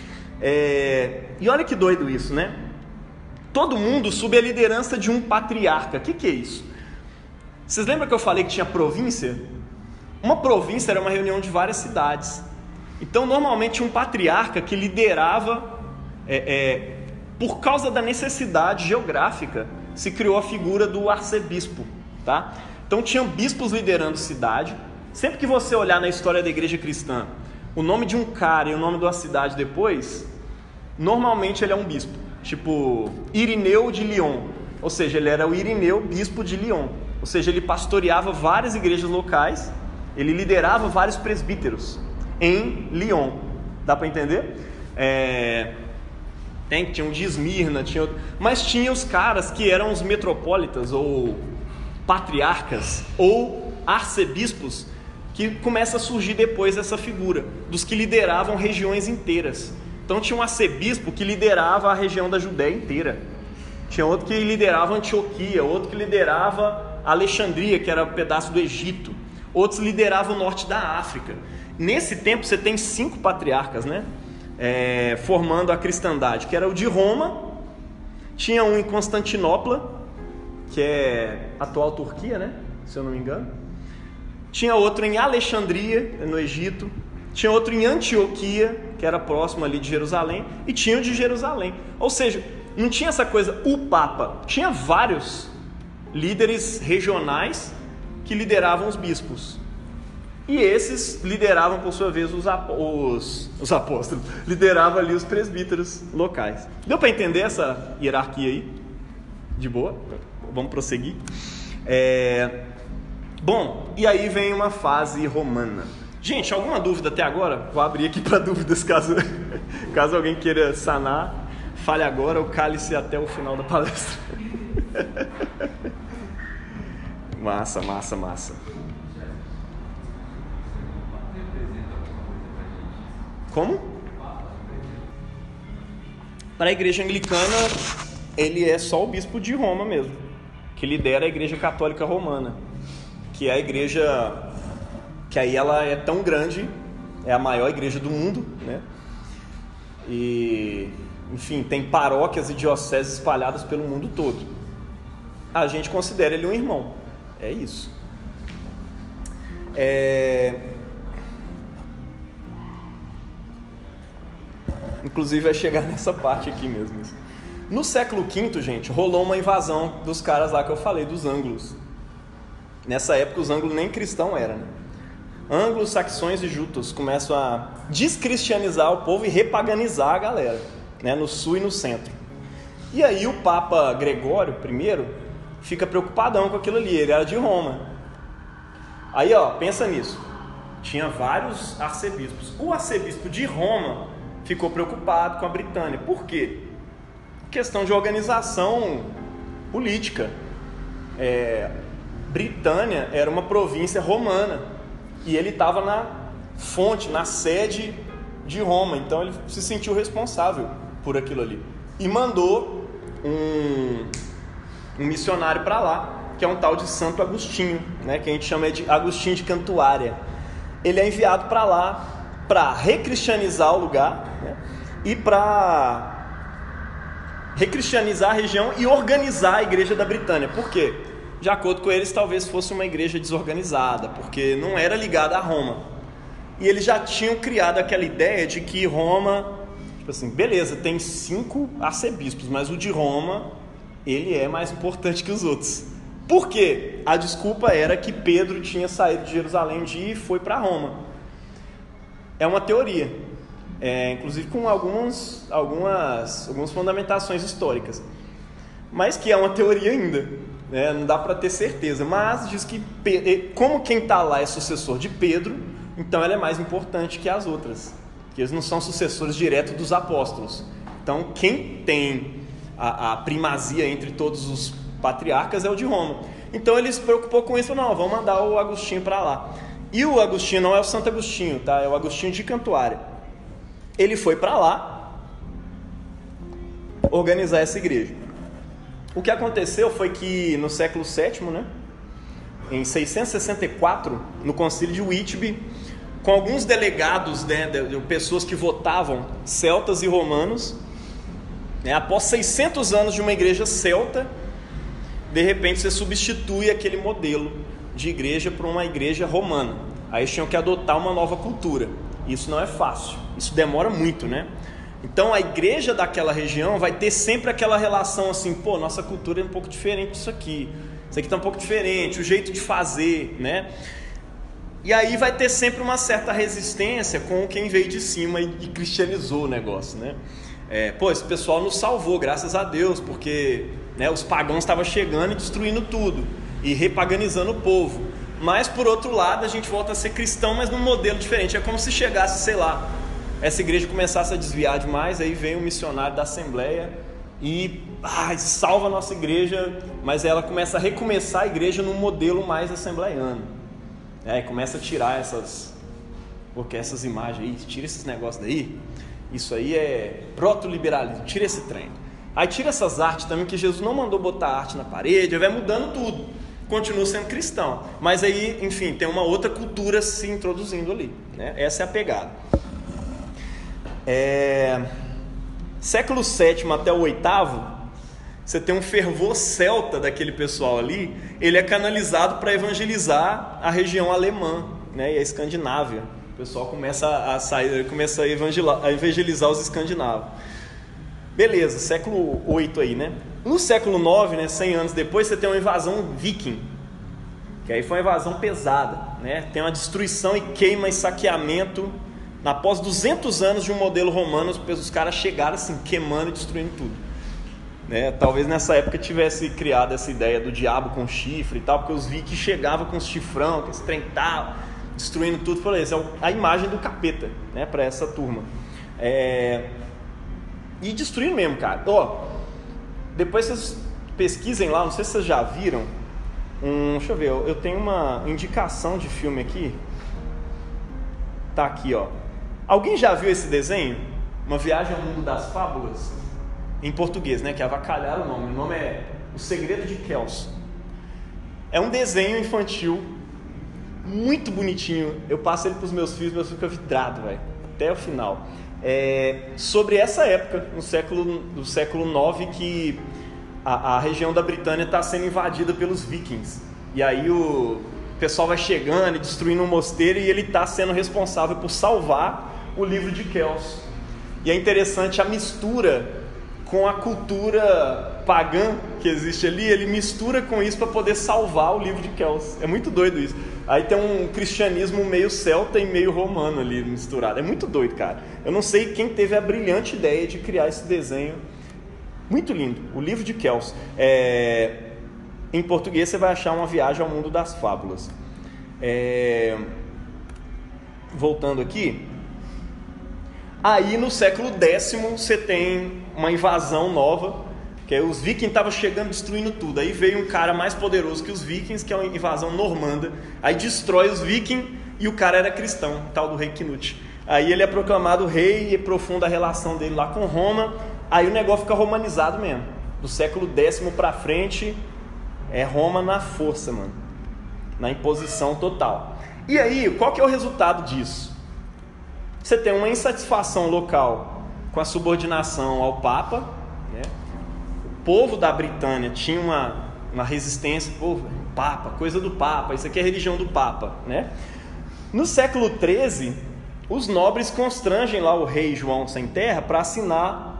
É... E olha que doido isso, né? Todo mundo sob a liderança de um patriarca. O que, que é isso? Vocês lembram que eu falei que tinha província? Uma província era uma reunião de várias cidades. Então, normalmente, um patriarca que liderava, é, é, por causa da necessidade geográfica, se criou a figura do arcebispo, tá? Então, tinham bispos liderando cidade. Sempre que você olhar na história da igreja cristã, o nome de um cara e o nome de uma cidade depois, normalmente ele é um bispo. Tipo, Irineu de Lyon. Ou seja, ele era o Irineu, bispo de Lyon. Ou seja, ele pastoreava várias igrejas locais. Ele liderava vários presbíteros em Lyon. Dá para entender? É... Tem, tinha um de Esmirna, tinha outro... mas tinha os caras que eram os metropolitas, ou patriarcas, ou arcebispos, que começa a surgir depois essa figura, dos que lideravam regiões inteiras. Então tinha um arcebispo que liderava a região da Judéia inteira. Tinha outro que liderava Antioquia, outro que liderava Alexandria, que era um pedaço do Egito. Outros lideravam o norte da África. Nesse tempo você tem cinco patriarcas, né? É, formando a cristandade, que era o de Roma, tinha um em Constantinopla, que é a atual Turquia, né? Se eu não me engano. Tinha outro em Alexandria, no Egito. Tinha outro em Antioquia, que era próximo ali de Jerusalém. E tinha o de Jerusalém. Ou seja, não tinha essa coisa, o Papa. Tinha vários líderes regionais que lideravam os bispos. E esses lideravam, por sua vez, os, apó- os, os apóstolos. Lideravam ali os presbíteros locais. Deu para entender essa hierarquia aí? De boa? Vamos prosseguir. É... Bom, e aí vem uma fase romana. Gente, alguma dúvida até agora? Vou abrir aqui para dúvidas, caso, caso alguém queira sanar. Fale agora ou cale-se até o final da palestra. Massa, massa, massa. Como? Para a igreja anglicana, ele é só o bispo de Roma mesmo, que lidera a igreja católica romana, que é a igreja, que aí ela é tão grande, é a maior igreja do mundo, né? E, enfim, tem paróquias e dioceses espalhadas pelo mundo todo. A gente considera ele um irmão. É isso. É... Inclusive vai chegar nessa parte aqui mesmo. No século quinto, gente, rolou uma invasão dos caras lá que eu falei, dos ângulos. Nessa época os ângulos nem cristão eram, né? Ângulos, saxões e jutos começam a descristianizar o povo e repaganizar a galera, né? No sul e no centro. E aí o Papa Gregório primeiro fica preocupadão com aquilo ali, ele era de Roma. Aí, ó, pensa nisso. Tinha vários arcebispos. O arcebispo de Roma ficou preocupado com a Britânia. Por quê? Questão de organização política. É, Britânia era uma província romana e ele estava na fonte, na sede de Roma. Então ele se sentiu responsável por aquilo ali e mandou um... um missionário para lá, que é um tal de Santo Agostinho, né, que a gente chama de Agostinho de Cantuária. Ele é enviado para lá para recristianizar o lugar, né, e para recristianizar a região e organizar a igreja da Britânia. Por quê? De acordo com eles, talvez fosse uma igreja desorganizada, porque não era ligada a Roma. E eles já tinham criado aquela ideia de que Roma, tipo assim, beleza, tem cinco arcebispos, mas o de Roma, ele é mais importante que os outros. Por quê? A desculpa era que Pedro tinha saído de Jerusalém um dia e foi para Roma. É uma teoria. é, inclusive com algumas, algumas, algumas fundamentações históricas, mas que é uma teoria ainda, né? Não dá para ter certeza, mas diz que como quem está lá é sucessor de Pedro, então ela é mais importante que as outras, que eles não são sucessores diretos dos apóstolos. Então quem tem a, a primazia entre todos os patriarcas é o de Roma. Então ele se preocupou com isso, não, vamos mandar o Agostinho para lá. E o Agostinho não é o Santo Agostinho, tá? É o Agostinho de Cantuária. Ele foi para lá organizar essa igreja. O que aconteceu foi que no século sétimo, né, em seiscentos e sessenta e quatro, no concílio de Whitby, com alguns delegados, né, de, de pessoas que votavam, celtas e romanos, né, após seiscentos anos de uma igreja celta, de repente você substitui aquele modelo de igreja por uma igreja romana. Aí eles tinham que adotar uma nova cultura. Isso não é fácil, isso demora muito, né? Então a igreja daquela região vai ter sempre aquela relação assim, pô, nossa cultura é um pouco diferente disso aqui, isso aqui está um pouco diferente, o jeito de fazer, né? E aí vai ter sempre uma certa resistência com quem veio de cima e, e cristianizou o negócio, né? É, pô, esse pessoal nos salvou, graças a Deus, porque, né, os pagãos estavam chegando e destruindo tudo e repaganizando o povo. Mas por outro lado a gente volta a ser cristão, mas num modelo diferente. É como se chegasse, sei lá, essa igreja começasse a desviar demais, aí vem um missionário da Assembleia e ah, salva a nossa igreja, mas ela começa a recomeçar a igreja num modelo mais assembleiano. É, e começa a tirar essas, porque essas imagens aí, tira esses negócios daí, isso aí é proto-liberalismo, tira esse trem. Aí tira essas artes também, que Jesus não mandou botar arte na parede, vai mudando tudo, continua sendo cristão, mas aí, enfim, tem uma outra cultura se introduzindo ali, né? Essa é a pegada. É... Século sétimo até o oitavo, você tem um fervor celta daquele pessoal ali, ele é canalizado para evangelizar a região alemã, né, e a Escandinávia. O pessoal começa a sair, começa a evangelizar, a evangelizar os escandinavos. Beleza, século oito aí, né? No século nove, né, cem anos depois, você tem uma invasão viking, que aí foi uma invasão pesada, né? Tem uma destruição e queima e saqueamento. Após duzentos anos de um modelo romano, os caras chegaram assim, queimando e destruindo tudo, né? Talvez nessa época tivesse criado essa ideia do diabo com chifre e tal, porque os vikings chegavam com os chifrão, com esse trem tal, destruindo tudo. Falei, essa é a imagem do capeta, né, para essa turma. É... E destruindo mesmo, cara. Ó, depois vocês pesquisem lá, não sei se vocês já viram. Um, deixa eu ver, eu tenho uma indicação de filme aqui. Tá aqui, ó. Alguém já viu esse desenho? Uma Viagem ao Mundo das Fábulas? Em português, né? Que avacalharam o nome. O nome é O Segredo de Kelso. É um desenho infantil muito bonitinho. Eu passo ele para os meus filhos, meus filhos ficam vidrados, velho, até o final. É sobre essa época, no século, no século nove, que a, a região da Britânia está sendo invadida pelos vikings. E aí o pessoal vai chegando e destruindo um mosteiro, e ele está sendo responsável por salvar o livro de Kelso. E é interessante a mistura com a cultura pagã que existe ali, ele mistura com isso para poder salvar o livro de Kelso. É muito doido isso. Aí tem um cristianismo meio celta e meio romano ali misturado. É muito doido, cara. Eu não sei quem teve a brilhante ideia de criar esse desenho. Muito lindo. O livro de Kelso. É... Em português você vai achar Uma Viagem ao Mundo das Fábulas. É... Voltando aqui. Aí no século décimo você tem uma invasão nova, que é os vikings estavam chegando, destruindo tudo. Aí veio um cara mais poderoso que os vikings, que é uma invasão normanda. Aí destrói os vikings e o cara era cristão, tal do rei Knut. Aí ele é proclamado rei e aprofunda a relação dele lá com Roma. Aí o negócio fica romanizado mesmo. Do século décimo pra frente é Roma na força, mano, na imposição total. E aí, qual que é o resultado disso? Você tem uma insatisfação local com a subordinação ao Papa, né? O povo da Britânia tinha uma, uma resistência, povo, Papa, coisa do Papa, isso aqui é a religião do Papa, né? No século treze, os nobres constrangem lá o rei João Sem Terra para assinar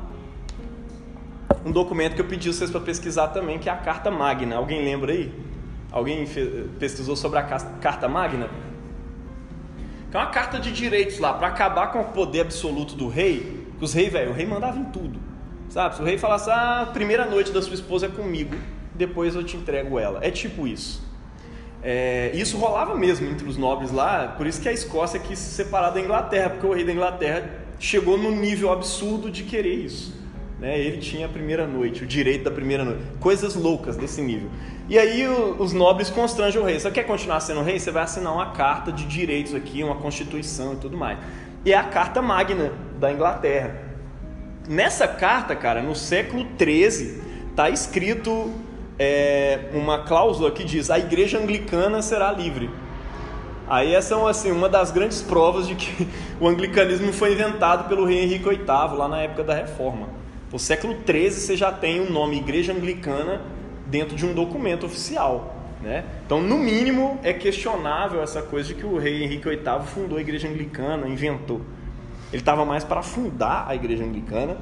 um documento que eu pedi vocês para pesquisar também, que é a Carta Magna. Alguém lembra aí? Alguém pesquisou sobre a Carta Magna? Tem uma carta de direitos lá para acabar com o poder absoluto do rei. Porque os reis, velho, o rei mandava em tudo, sabe? Se o rei falasse, ah, a primeira noite da sua esposa é comigo, depois eu te entrego ela. É tipo isso. É, isso rolava mesmo entre os nobres lá, por isso que a Escócia quis se separar da Inglaterra, porque o rei da Inglaterra chegou no nível absurdo de querer isso, né? Ele tinha a primeira noite, o direito da primeira noite, coisas loucas desse nível. E aí o, os nobres constrangem o rei. Você quer continuar sendo rei? Você vai assinar uma carta de direitos aqui, uma constituição e tudo mais. E é a Carta Magna da Inglaterra. Nessa carta, cara, no século treze, está escrito é, uma cláusula que diz: a igreja anglicana será livre. Aí essa é assim, uma das grandes provas de que o anglicanismo foi inventado pelo rei Henrique oitavo, lá na época da Reforma. No século treze você já tem o nome Igreja Anglicana dentro de um documento oficial, né? Então, no mínimo, é questionável essa coisa de que o rei Henrique oitavo fundou a Igreja Anglicana, inventou. Ele estava mais para fundar a Igreja Anglicana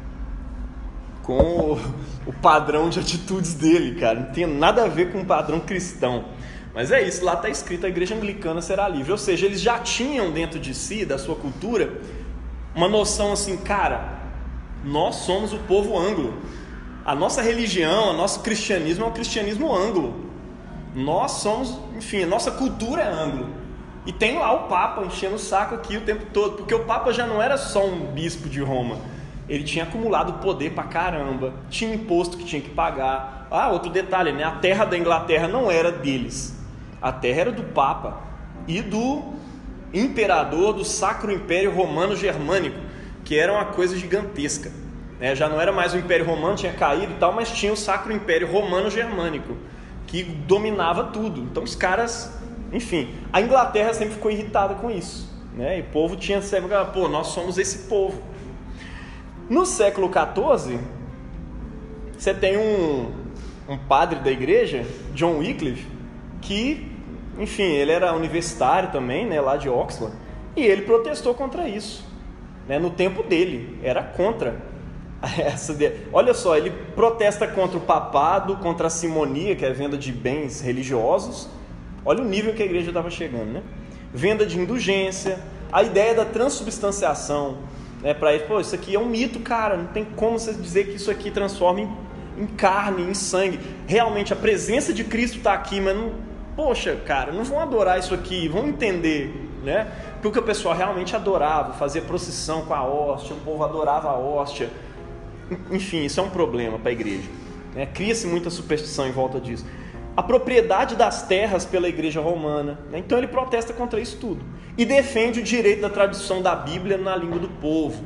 com o, o padrão de atitudes dele, cara. Não tem nada a ver com o padrão cristão. Mas é isso, lá está escrito: a Igreja Anglicana será livre. Ou seja, eles já tinham dentro de si, da sua cultura, uma noção assim, cara, nós somos o povo anglo. A nossa religião, o nosso cristianismo é um cristianismo anglo. Nós somos, enfim, a nossa cultura é anglo. E tem lá o Papa enchendo o saco aqui o tempo todo, porque o Papa já não era só um bispo de Roma. Ele tinha acumulado poder pra caramba, tinha imposto que tinha que pagar. Ah, outro detalhe, né? A terra da Inglaterra não era deles. A terra era do Papa e do imperador do Sacro Império Romano Germânico, que era uma coisa gigantesca, né? Já não era mais o Império Romano, tinha caído e tal, mas tinha o Sacro Império Romano Germânico, que dominava tudo. Então os caras, enfim, a Inglaterra sempre ficou irritada com isso, né? E o povo tinha sempre, pô, nós somos esse povo. No século quatorze, você tem um, um padre da igreja, John Wycliffe, que, enfim, ele era universitário também, né, lá de Oxford, e ele protestou contra isso, né, no tempo dele, era contra essa ideia. Olha só, ele protesta contra o papado, contra a simonia, que é a venda de bens religiosos. Olha o nível que a igreja estava chegando, né? Venda de indulgência, a ideia da transubstanciação, né, para ele, pô, isso aqui é um mito, cara, não tem como você dizer que isso aqui transforma em, em carne, em sangue. Realmente a presença de Cristo está aqui, mas não, poxa, cara, não vão adorar isso aqui, vão entender, né? Porque o pessoal realmente adorava, fazia procissão com a hóstia, o povo adorava a hóstia. Enfim, isso é um problema para a igreja, né? Cria-se muita superstição em volta disso. A propriedade das terras pela igreja romana, né? Então ele protesta contra isso tudo e defende o direito da tradução da Bíblia na língua do povo.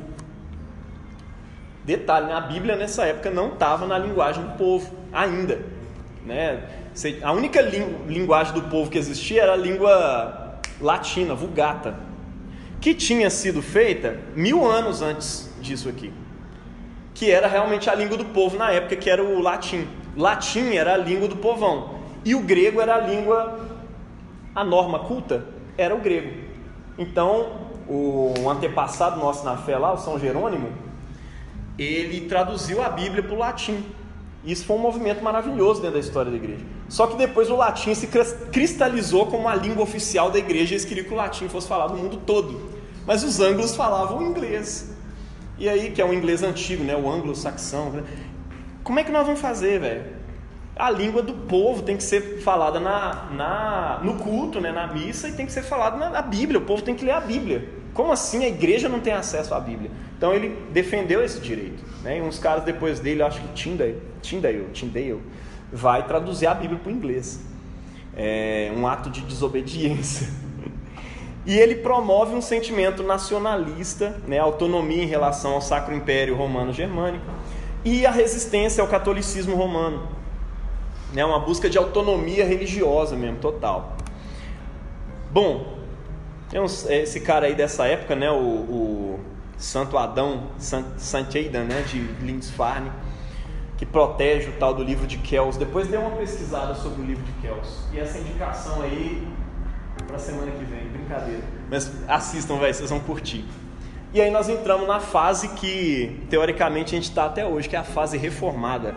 Detalhe, né? A Bíblia nessa época não estava na linguagem do povo ainda, né? A única linguagem do povo que existia era a língua latina, Vulgata, que tinha sido feita mil anos antes disso aqui, que era realmente a língua do povo na época, que era o latim. Latim era a língua do povão, e o grego era a língua, a norma culta era o grego. Então, o antepassado nosso na fé lá, o São Jerônimo, ele traduziu a Bíblia para o latim. Isso foi um movimento maravilhoso dentro da história da igreja. Só que depois o latim se cristalizou como a língua oficial da igreja, e eles queriam que o latim fosse falado no mundo todo. Mas os ângulos falavam inglês. E aí, que é um inglês antigo, né? O anglo-saxão. Né? Como é que nós vamos fazer, velho? A língua do povo tem que ser falada na, na, no culto, né? Na missa, e tem que ser falada na, na Bíblia. O povo tem que ler a Bíblia. Como assim a igreja não tem acesso à Bíblia? Então ele defendeu esse direito, né? E uns caras depois dele, acho que Tyndale, Tyndale, Tyndale vai traduzir a Bíblia para o inglês. É um ato de desobediência. E ele promove um sentimento nacionalista, né, autonomia em relação ao Sacro Império Romano Germânico e a resistência ao catolicismo romano, né, uma busca de autonomia religiosa mesmo, total. Bom, tem uns, esse cara aí dessa época, né, o, o Santo Adão, Saint Aidan, né, de Lindisfarne, que protege o tal do livro de Kells. Depois dê uma pesquisada sobre o livro de Kells. E essa indicação aí para semana que vem, brincadeira. Mas assistam, velho, vocês vão curtir. E aí nós entramos na fase que, teoricamente, a gente está até hoje, que é a fase reformada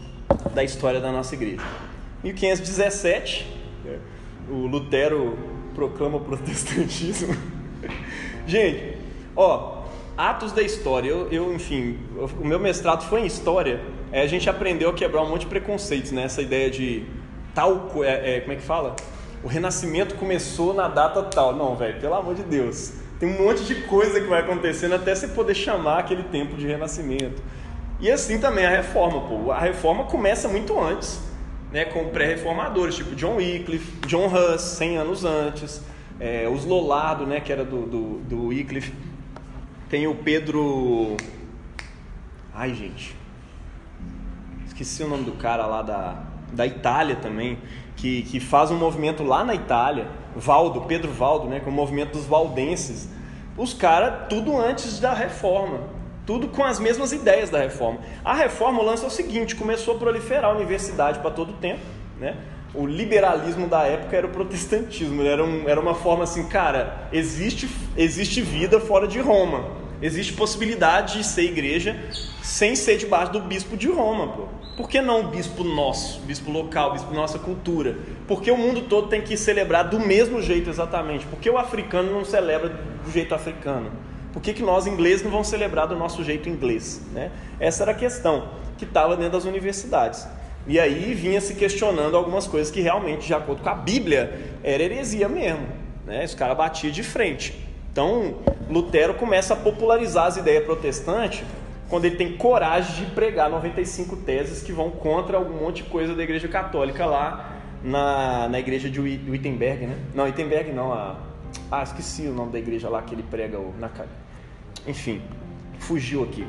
da história da nossa igreja. mil quinhentos e dezessete, o Lutero proclama o protestantismo. Gente, ó, atos da história. Eu, eu enfim, o meu mestrado foi em história. É, a gente aprendeu a quebrar um monte de preconceitos, né? Essa ideia de tal, é, é, como é que fala? O Renascimento começou na data tal. Não, velho, pelo amor de Deus. Tem um monte de coisa que vai acontecendo até você poder chamar aquele tempo de Renascimento. E assim também a Reforma, pô. A Reforma começa muito antes, né? Com pré-reformadores, tipo John Wycliffe, John Huss, cem anos antes. É, os Lollardo, né? Que era do, do, do Wycliffe. Tem o Pedro... Ai, gente... Esqueci o nome do cara lá da, da Itália também, que, que faz um movimento lá na Itália, Valdo, Pedro Valdo, né, que é o movimento dos valdenses. Os caras, tudo antes da Reforma, tudo com as mesmas ideias da Reforma. A Reforma, o lance é o seguinte, começou a proliferar a universidade para todo o tempo, né? O liberalismo da época era o protestantismo, era, um, era uma forma assim, cara, existe, existe vida fora de Roma, existe possibilidade de ser igreja sem ser debaixo do bispo de Roma, pô. Por que não o bispo nosso, bispo local, bispo nossa cultura? Porque o mundo todo tem que celebrar do mesmo jeito exatamente. Por que o africano não celebra do jeito africano? Por que, que nós, ingleses, não vamos celebrar do nosso jeito inglês? Né? Essa era a questão que estava dentro das universidades. E aí vinha se questionando algumas coisas que realmente, de acordo com a Bíblia, era heresia mesmo. Né? Os caras batiam de frente. Então, Lutero começa a popularizar as ideias protestantes quando ele tem coragem de pregar noventa e cinco teses que vão contra algum monte de coisa da Igreja Católica lá na, na igreja de Wittenberg, né? Não, Wittenberg não, a... ah, esqueci o nome da igreja lá que ele prega, na... enfim, fugiu aqui.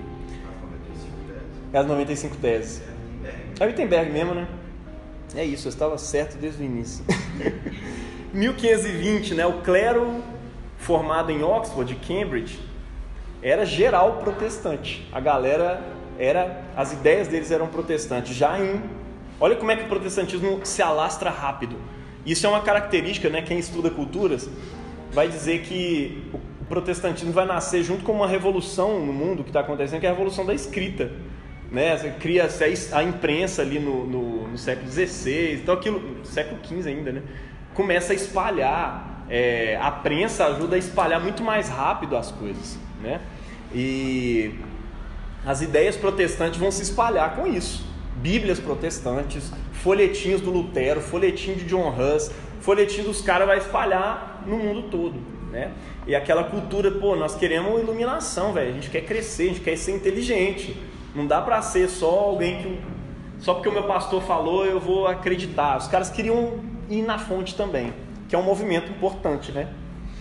É as noventa e cinco teses. É Wittenberg mesmo, né? É isso, eu estava certo desde o início. mil quinhentos e vinte, né? O clero formado em Oxford, Cambridge, era geral protestante. A galera era, as ideias deles eram protestantes. Já em, olha como é que o protestantismo se alastra rápido. Isso é uma característica, né? Quem estuda culturas vai dizer que o protestantismo vai nascer junto com uma revolução no mundo que está acontecendo, que é a revolução da escrita, né? Você cria a imprensa ali no, no, no século dezesseis, então aquilo, século quinze ainda, né? Começa a espalhar, é, a prensa ajuda a espalhar muito mais rápido as coisas, né? E as ideias protestantes vão se espalhar com isso. Bíblias protestantes, folhetinhos do Lutero, folhetim de John Huss, folhetim dos caras vai espalhar no mundo todo, né? E aquela cultura, pô, nós queremos iluminação, velho. A gente quer crescer, a gente quer ser inteligente. Não dá pra ser só alguém que... Só porque o meu pastor falou, eu vou acreditar. Os caras queriam ir na fonte também, que é um movimento importante, né?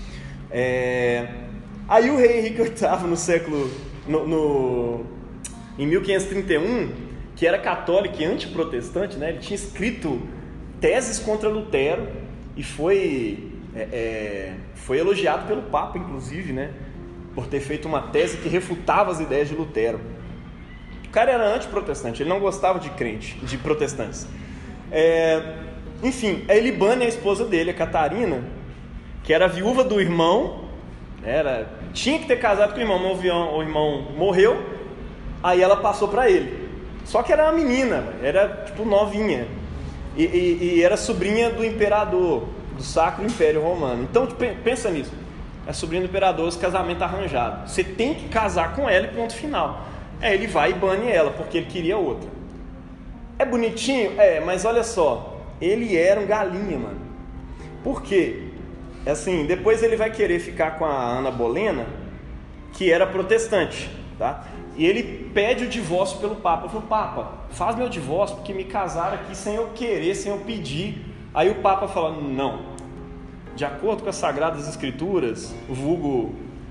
É... Aí o rei Henrique oitavo, no século... No, no... Em mil quinhentos e trinta e um, que era católico e antiprotestante, né? Ele tinha escrito teses contra Lutero e foi... É, é... Foi elogiado pelo Papa, inclusive, né? Por ter feito uma tese que refutava as ideias de Lutero. O cara era antiprotestante, ele não gostava de crente, de protestantes. É... Enfim, a Elibânia, a esposa dele, a Catarina, que era viúva do irmão, era... tinha que ter casado com o irmão, mas o irmão, o irmão morreu, aí ela passou para ele. Só que era uma menina, era tipo novinha, e, e, e era sobrinha do imperador, do Sacro Império Romano. Então pensa nisso, é sobrinha do imperador, esse casamento arranjado. Você tem que casar com ela e ponto final. Aí ele vai e bane ela, porque ele queria outra. É bonitinho? É, mas olha só, ele era um galinha, mano. Por quê? Assim, depois ele vai querer ficar com a Ana Bolena, que era protestante, tá? E ele pede o divórcio pelo Papa. Eu falo, Papa, faz meu divórcio, porque me casaram aqui sem eu querer, sem eu pedir. Aí o Papa fala, não, de acordo com as Sagradas Escrituras, o vulgo,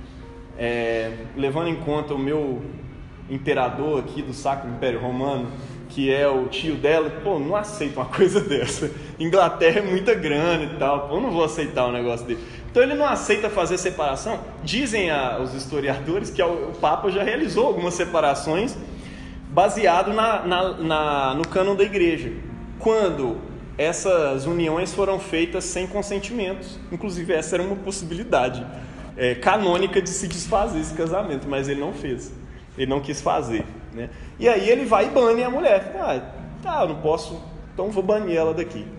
é, levando em conta o meu imperador aqui do Sacro Império Romano, que é o tio dela, pô, não aceito uma coisa dessa. Inglaterra é muita grana e tal, pô, eu não vou aceitar um negócio dele. Então ele não aceita fazer separação. Dizem a, os historiadores que o Papa já realizou algumas separações baseado na, na, na, no cânon da igreja, quando essas uniões foram feitas sem consentimentos. Inclusive essa era uma possibilidade é, canônica de se desfazer esse casamento, mas ele não fez, ele não quis fazer, né? E aí ele vai e bane a mulher. Ah, tá, eu não posso, então vou banir ela daqui.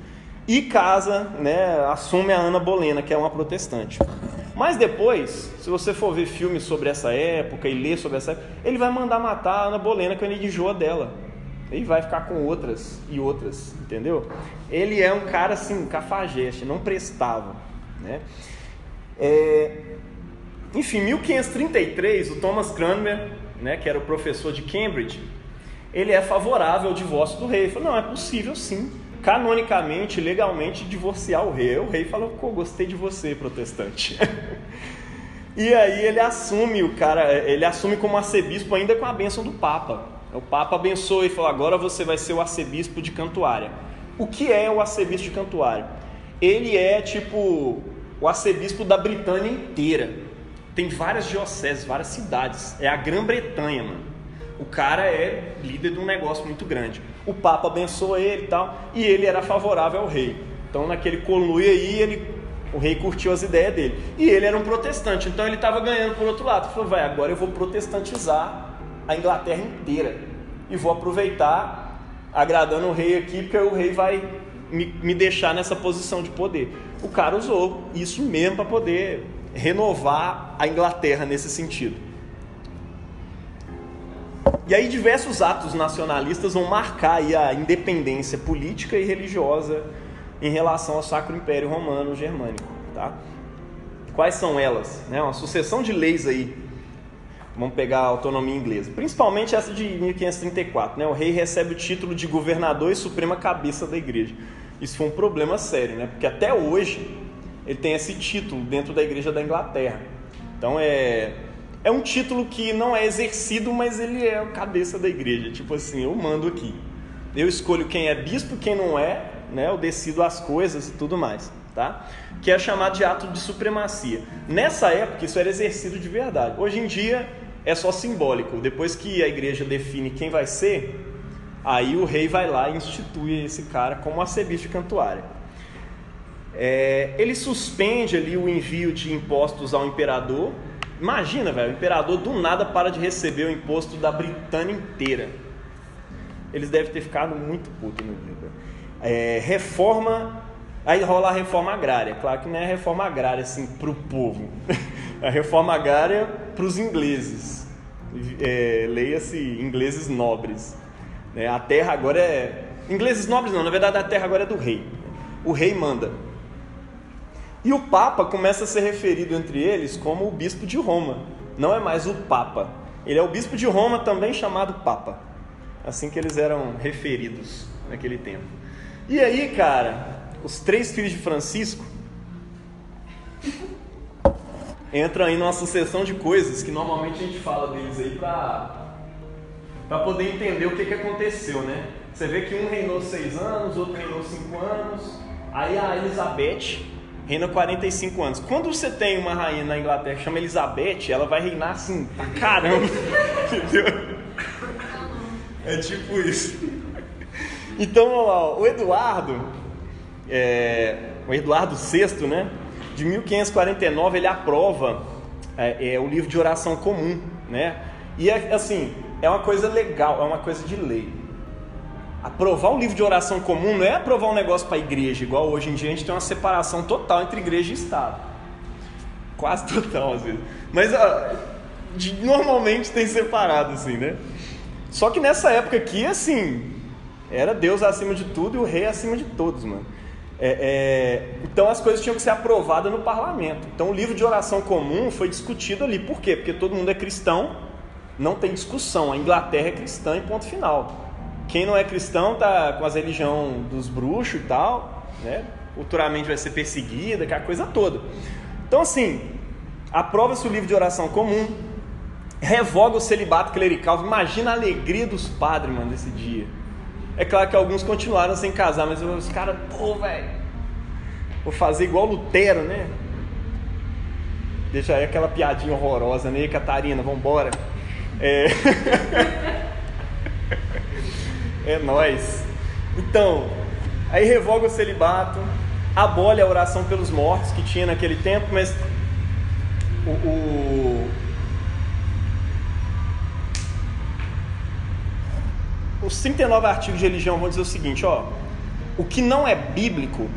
e casa, né, assume a Ana Bolena, que é uma protestante. Mas depois, se você for ver filmes sobre essa época e ler sobre essa época, ele vai mandar matar a Ana Bolena quando ele enjoa dela. Ele vai ficar com outras e outras, entendeu? Ele é um cara assim, cafajeste, não prestava, né? É... Enfim, em mil quinhentos e trinta e três, o Thomas Cranmer, né, que era o professor de Cambridge, ele é favorável ao divórcio do rei. Ele falou, não, é possível sim, canonicamente, legalmente, divorciar o rei. O rei falou, pô, gostei de você, protestante. E aí ele assume o cara, ele assume como arcebispo ainda com a bênção do Papa. O Papa abençoou e falou, agora você vai ser o arcebispo de Cantuária. O que é o arcebispo de Cantuária? Ele é tipo o arcebispo da Britânia inteira. Tem várias dioceses, várias cidades. É a Grã-Bretanha, mano. O cara é líder de um negócio muito grande. O Papa abençoou ele e tal, e ele era favorável ao rei. Então naquele conluio aí, ele, o rei curtiu as ideias dele. E ele era um protestante, então ele estava ganhando por outro lado. Ele falou, vai, agora eu vou protestantizar a Inglaterra inteira. E vou aproveitar agradando o rei aqui, porque o rei vai me, me deixar nessa posição de poder. O cara usou isso mesmo para poder renovar a Inglaterra nesse sentido. E aí diversos atos nacionalistas vão marcar aí a independência política e religiosa em relação ao Sacro Império Romano Germânico, tá? Quais são elas? Né? Uma sucessão de leis aí. Vamos pegar a autonomia inglesa. Principalmente essa de mil quinhentos e trinta e quatro. Né? O rei recebe o título de governador e suprema cabeça da igreja. Isso foi um problema sério, né? Porque até hoje ele tem esse título dentro da igreja da Inglaterra. Então é... É um título que não é exercido, mas ele é a cabeça da igreja. Tipo assim, eu mando aqui. Eu escolho quem é bispo, quem não é, né? Eu decido as coisas e tudo mais, tá? Que é chamado de ato de supremacia. Nessa época, isso era exercido de verdade. Hoje em dia, é só simbólico. Depois que a igreja define quem vai ser, aí o rei vai lá e institui esse cara como arcebispo de Cantuária. É, ele suspende ali o envio de impostos ao imperador. Imagina, velho, o imperador do nada para de receber o imposto da Britânia inteira. Eles devem ter ficado muito putos no dia. É, reforma, aí rola a reforma agrária. Claro que não é a reforma agrária assim para o povo. A reforma agrária para os ingleses. É, leia-se ingleses nobres. É, a terra agora é... Ingleses nobres não, na verdade a terra agora é do rei. O rei manda. E o Papa começa a ser referido entre eles como o bispo de Roma. Não é mais o Papa. Ele é o bispo de Roma, também chamado Papa. Assim que eles eram referidos naquele tempo. E aí, cara, os três filhos de Francisco entram aí numa sucessão de coisas que normalmente a gente fala deles aí pra, pra poder entender o que, que aconteceu, né? Você vê que um reinou seis anos, outro reinou cinco anos. Aí a Elizabeth reina quarenta e cinco anos. Quando você tem uma rainha na Inglaterra que chama Elizabeth, ela vai reinar assim, pra caramba. Entendeu? É tipo isso. Então, ó, o Eduardo, é, o Eduardo sexto, né, de mil quinhentos e quarenta e nove, ele aprova é, é, o livro de oração comum, né? E é, assim, é uma coisa legal, é uma coisa de lei. Aprovar o livro de oração comum não é aprovar um negócio para a igreja, igual hoje em dia a gente tem uma separação total entre igreja e Estado. Quase total, às vezes. Mas ó, de, normalmente tem separado, assim, né? Só que nessa época aqui, assim, era Deus acima de tudo e o rei acima de todos, mano. É, é, então as coisas tinham que ser aprovadas no parlamento. Então o livro de oração comum foi discutido ali. Por quê? Porque todo mundo é cristão, não tem discussão. A Inglaterra é cristã e ponto final. Quem não é cristão tá com as religião dos bruxos e tal, né? Futuramente vai ser perseguida, aquela coisa toda. Então assim, aprova-se o livro de oração comum, revoga o celibato clerical. Imagina a alegria dos padres, mano, nesse dia. É claro que alguns continuaram sem casar, mas os caras, pô, velho, vou fazer igual Lutero, né? Deixa aí aquela piadinha horrorosa, né, Catarina, vambora. É... É nóis. Então, aí revoga o celibato, abole a oração pelos mortos que tinha naquele tempo, mas o, o, os trinta e nove artigos de religião vão dizer o seguinte, ó, o que não é bíblico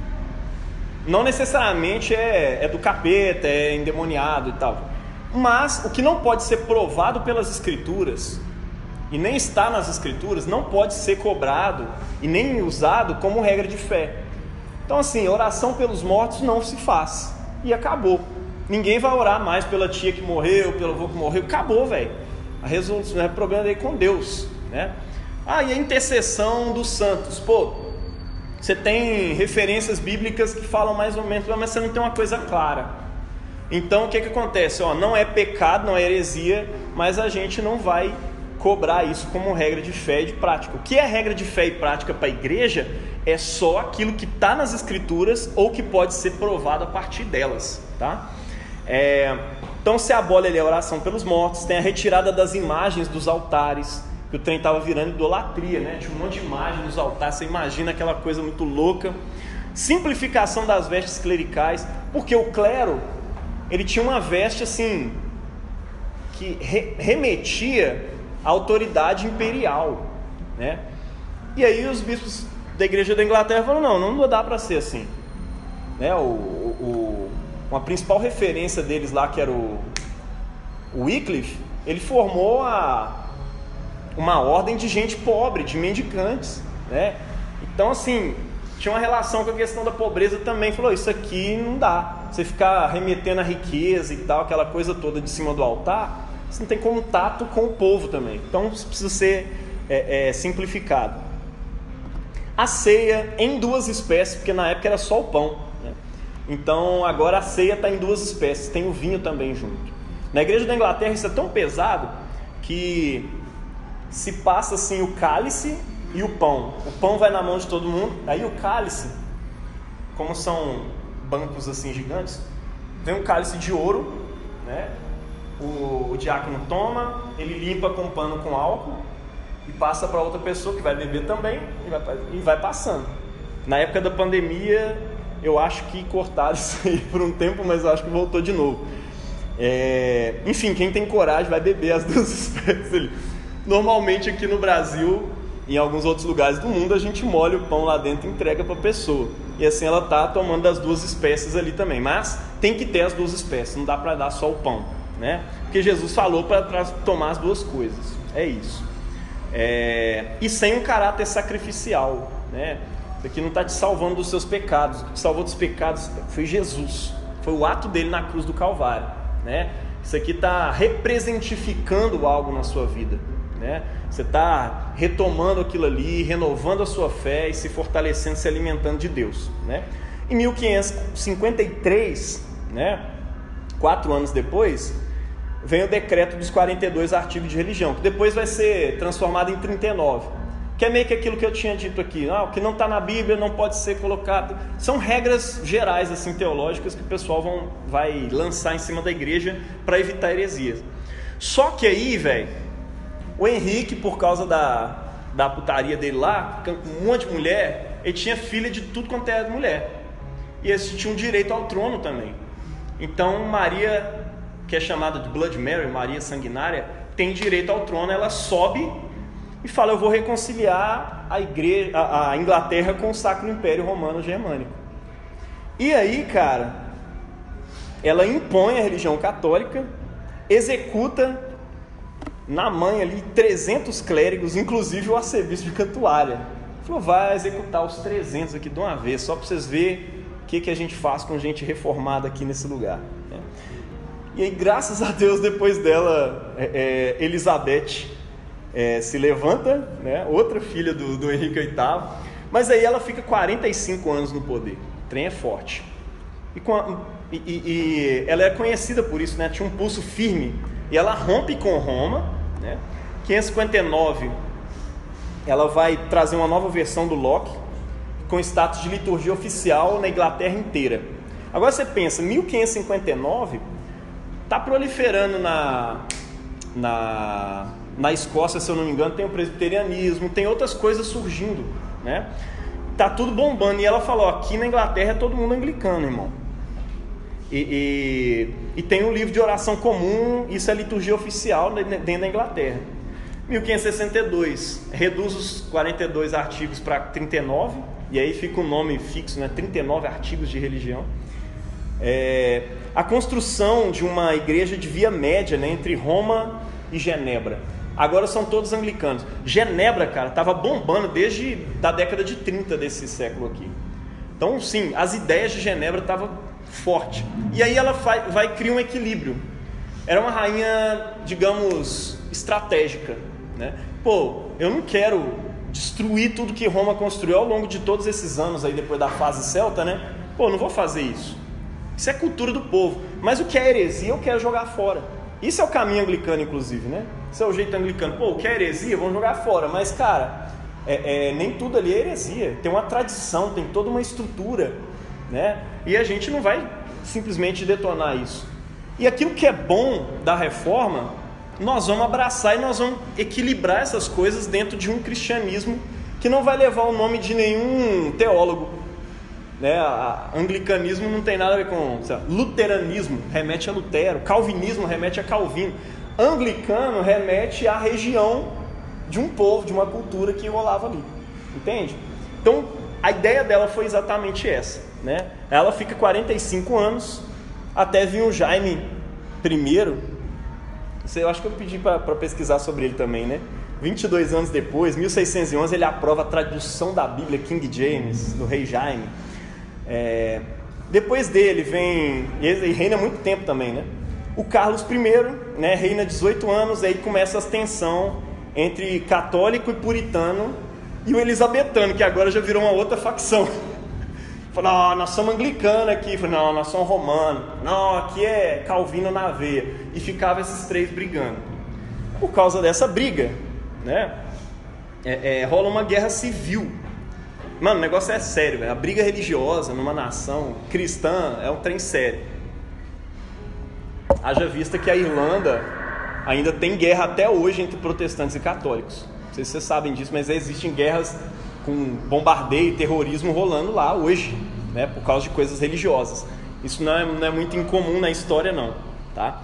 não necessariamente é, é do capeta, é endemoniado e tal. Mas o que não pode ser provado pelas escrituras, e nem está nas escrituras, não pode ser cobrado e nem usado como regra de fé. Então assim, oração pelos mortos não se faz. E acabou. Ninguém vai orar mais pela tia que morreu, pelo avô que morreu. Acabou, velho. A resolução é problema aí com Deus, né? Ah, e a intercessão dos santos. Pô, você tem referências bíblicas que falam mais ou menos, mas você não tem uma coisa clara. Então o que que acontece? Ó, não é pecado, não é heresia, mas a gente não vai cobrar isso como regra de fé e de prática. O que é regra de fé e prática para a igreja é só aquilo que está nas escrituras ou que pode ser provado a partir delas, tá? É, então se abole ali a oração pelos mortos, tem a retirada das imagens dos altares, que o trem estava virando idolatria, né? Tinha um monte de imagem nos altares, você imagina aquela coisa muito louca. Simplificação das vestes clericais, porque o clero, ele tinha uma veste assim, que re- remetia à autoridade imperial, né? E aí os bispos da igreja da Inglaterra falaram, não, não dá para ser assim, né? O, o, uma principal referência deles lá, que era o, o Wycliffe, ele formou a uma ordem de gente pobre, de mendicantes, né? Então assim, tinha uma relação com a questão da pobreza também. Falou, isso aqui não dá, você ficar remetendo a riqueza e tal, aquela coisa toda de cima do altar, você não tem contato com o povo também. Então isso precisa ser é, é, simplificado. A ceia em duas espécies, porque na época era só o pão, né? Então agora a ceia está em duas espécies, tem o vinho também junto. Na igreja da Inglaterra isso é tão pesado que se passa assim o cálice e o pão. O pão vai na mão de todo mundo, aí o cálice, como são bancos assim gigantes, vem um cálice de ouro, né? O, o diácono toma, ele limpa com pano com álcool e passa para outra pessoa que vai beber também e vai, e vai passando. Na época da pandemia, eu acho que cortaram isso aí por um tempo, mas eu acho que voltou de novo. É, enfim, quem tem coragem vai beber as duas espécies ali. Normalmente aqui no Brasil, em alguns outros lugares do mundo, a gente molha o pão lá dentro e entrega para a pessoa. E assim ela está tomando das duas espécies ali também. Mas tem que ter as duas espécies, não dá para dar só o pão, né? Porque Jesus falou para tomar as duas coisas. É isso. É, e sem um caráter sacrificial, né? Isso aqui não está te salvando dos seus pecados. O que te salvou dos pecados foi Jesus. Foi o ato dele na cruz do Calvário, né? Isso aqui está representificando algo na sua vida, né? Você está retomando aquilo ali, renovando a sua fé e se fortalecendo, se alimentando de Deus, né? Em mil quinhentos e cinquenta e três, né, quatro anos depois, vem o decreto dos quarenta e dois artigos de religião, que depois vai ser transformado em trinta e nove, que é meio que aquilo que eu tinha dito aqui, ah, o que não está na Bíblia não pode ser colocado. São regras gerais assim, teológicas, que o pessoal vão, vai lançar em cima da igreja para evitar heresias. Só que aí, velho, o Henrique, por causa da, da putaria dele lá, com um monte de mulher, ele tinha filha de tudo quanto é mulher. E eles tinham direito ao trono também. Então Maria, que é chamada de Blood Mary, Maria Sanguinária, tem direito ao trono. Ela sobe e fala, eu vou reconciliar a, igreja, a, a Inglaterra com o Sacro Império Romano Germânico. E aí, cara, ela impõe a religião católica, executa na mãe ali trezentos clérigos, inclusive o arcebispo de Cantuária. Falou, vai executar os trezentos aqui de uma vez, só para vocês verem o que, que a gente faz com gente reformada aqui nesse lugar, né? E aí, graças a Deus, depois dela, é, é, Elizabeth é, se levanta, né? Outra filha do, do Henrique oitavo, mas aí ela fica quarenta e cinco anos no poder. O trem é forte. E, com a, e, e, e ela é conhecida por isso, né? Tinha um pulso firme. E ela rompe com Roma, né? quinhentos e cinquenta e nove, ela vai trazer uma nova versão do Locke, com status de liturgia oficial na Inglaterra inteira. Agora você pensa, mil quinhentos e cinquenta e nove, está proliferando na, na, na Escócia, se eu não me engano, tem o presbiterianismo, tem outras coisas surgindo, né? Tá tudo bombando. E ela falou, aqui na Inglaterra é todo mundo anglicano, irmão. E, e, e tem um livro de oração comum, isso é liturgia oficial dentro da Inglaterra. mil quinhentos e sessenta e dois, reduz os quarenta e dois artigos para trinta e nove, e aí fica o nome fixo, né? trinta e nove artigos de religião. É, a construção de uma igreja de via média, né, entre Roma e Genebra. Agora são todos anglicanos. Genebra, cara, estava bombando desde da década de trinta desse século aqui. Então, sim, as ideias de Genebra estavam fortes. E aí ela vai, vai criar um equilíbrio. Era uma rainha, digamos, estratégica, né? Pô, eu não quero destruir tudo que Roma construiu ao longo de todos esses anos aí, depois da fase celta, né? Pô, não vou fazer isso. Isso é cultura do povo. Mas o que é heresia, eu quero jogar fora. Isso é o caminho anglicano, inclusive, né? Isso é o jeito anglicano. Pô, o que é heresia, vamos jogar fora. Mas, cara, é, é, nem tudo ali é heresia. Tem uma tradição, tem toda uma estrutura, né? E a gente não vai simplesmente detonar isso. E aquilo que é bom da reforma, nós vamos abraçar e nós vamos equilibrar essas coisas dentro de um cristianismo que não vai levar o nome de nenhum teólogo, né? A, anglicanismo não tem nada a ver com, sei lá, luteranismo, remete a Lutero, calvinismo remete a Calvino, anglicano remete à região de um povo, de uma cultura que rolava ali, entende? Então a ideia dela foi exatamente essa, né? Ela fica quarenta e cinco anos até vir o Jaime I. Eu acho que eu pedi para pesquisar sobre ele também, né? vinte e dois anos depois, mil seiscentos e onze, ele aprova a tradução da Bíblia King James, do rei Jaime. É, depois dele vem, e reina muito tempo também, né? O Carlos I, né, reina dezoito anos, aí começa a tensão entre católico e puritano, e o elisabetano, que agora já virou uma outra facção. Falou, oh, nós somos anglicanos aqui. Falei, não, nós somos romanos. Não, aqui é Calvino na veia. E ficava esses três brigando. Por causa dessa briga, né, é, é, rola uma guerra civil. Mano, o negócio é sério, véio. A briga religiosa numa nação cristã é um trem sério. Haja vista que a Irlanda ainda tem guerra até hoje entre protestantes e católicos. Não sei se vocês sabem disso, mas existem guerras com bombardeio e terrorismo rolando lá hoje, né, por causa de coisas religiosas. Isso não é, não é muito incomum na história, não, tá?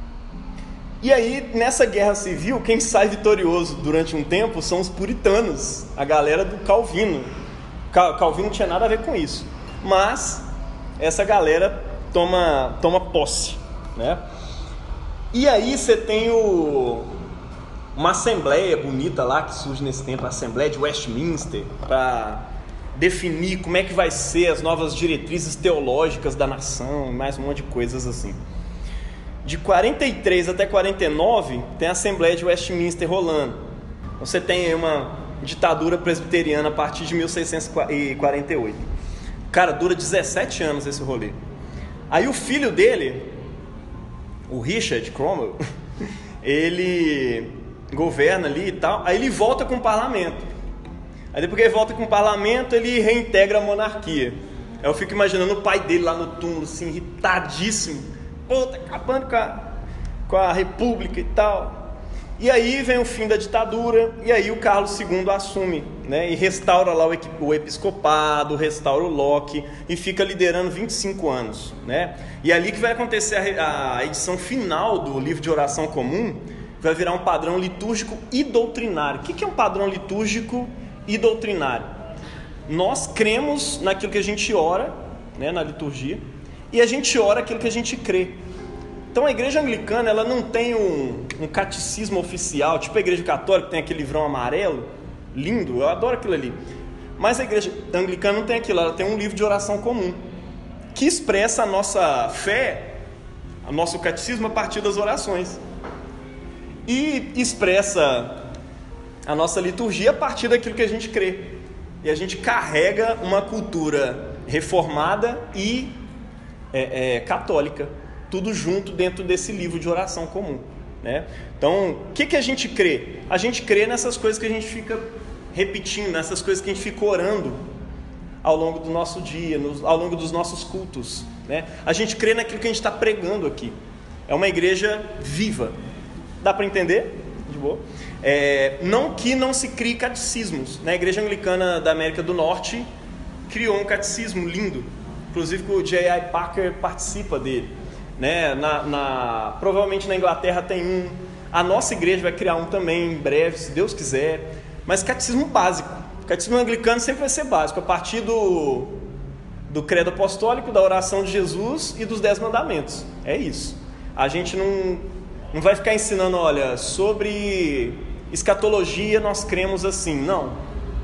E aí, nessa guerra civil, quem sai vitorioso durante um tempo são os puritanos, a galera do Calvino. Calvino não tinha nada a ver com isso, mas essa galera toma, toma posse, né? E aí você tem o... uma assembleia bonita lá que surge nesse tempo, a Assembleia de Westminster, para definir como é que vai ser as novas diretrizes teológicas da nação, mais um monte de coisas assim. De quarenta e três até quarenta e nove tem a Assembleia de Westminster rolando. Você tem aí uma ditadura presbiteriana a partir de mil seiscentos e quarenta e oito. Cara, dura dezessete anos esse rolê. Aí o filho dele, o Richard Cromwell, ele governa ali e tal, aí ele volta com o parlamento. Aí depois que ele volta com o parlamento, ele reintegra a monarquia. Aí eu fico imaginando o pai dele lá no túmulo, assim, irritadíssimo. Pô, tá acabando com a, com a república e tal. E aí vem o fim da ditadura, e aí o Carlos segundo assume, né, e restaura lá o, o episcopado, restaura o Locke, e fica liderando vinte e cinco anos, né? E é ali que vai acontecer a, a edição final do livro de oração comum, vai virar um padrão litúrgico e doutrinário. O que é um padrão litúrgico e doutrinário? Nós cremos naquilo que a gente ora, né, na liturgia, e a gente ora aquilo que a gente crê. Então a igreja anglicana, ela não tem um, um catecismo oficial, tipo a igreja católica, que tem aquele livrão amarelo, lindo, eu adoro aquilo ali. Mas a igreja anglicana não tem aquilo, ela tem um livro de oração comum, que expressa a nossa fé, o nosso catecismo a partir das orações. E expressa a nossa liturgia a partir daquilo que a gente crê. E a gente carrega uma cultura reformada e é, é, católica, tudo junto dentro desse livro de oração comum, né? Então, o que, que a gente crê? A gente crê nessas coisas que a gente fica repetindo, nessas coisas que a gente fica orando ao longo do nosso dia, no, ao longo dos nossos cultos, né? A gente crê naquilo que a gente está pregando aqui. É uma igreja viva. Dá para entender? De boa. É, não que não se crie catecismos, né? A Igreja Anglicana da América do Norte criou um catecismo lindo, inclusive que o J I Packer participa dele, né? Na, na, provavelmente na Inglaterra tem um, a nossa igreja vai criar um também em breve, se Deus quiser, mas catecismo básico, O catecismo anglicano sempre vai ser básico, a partir do, do credo apostólico, da oração de Jesus e dos dez mandamentos. É isso. A gente não, não vai ficar ensinando, olha, sobre escatologia nós cremos assim. Não.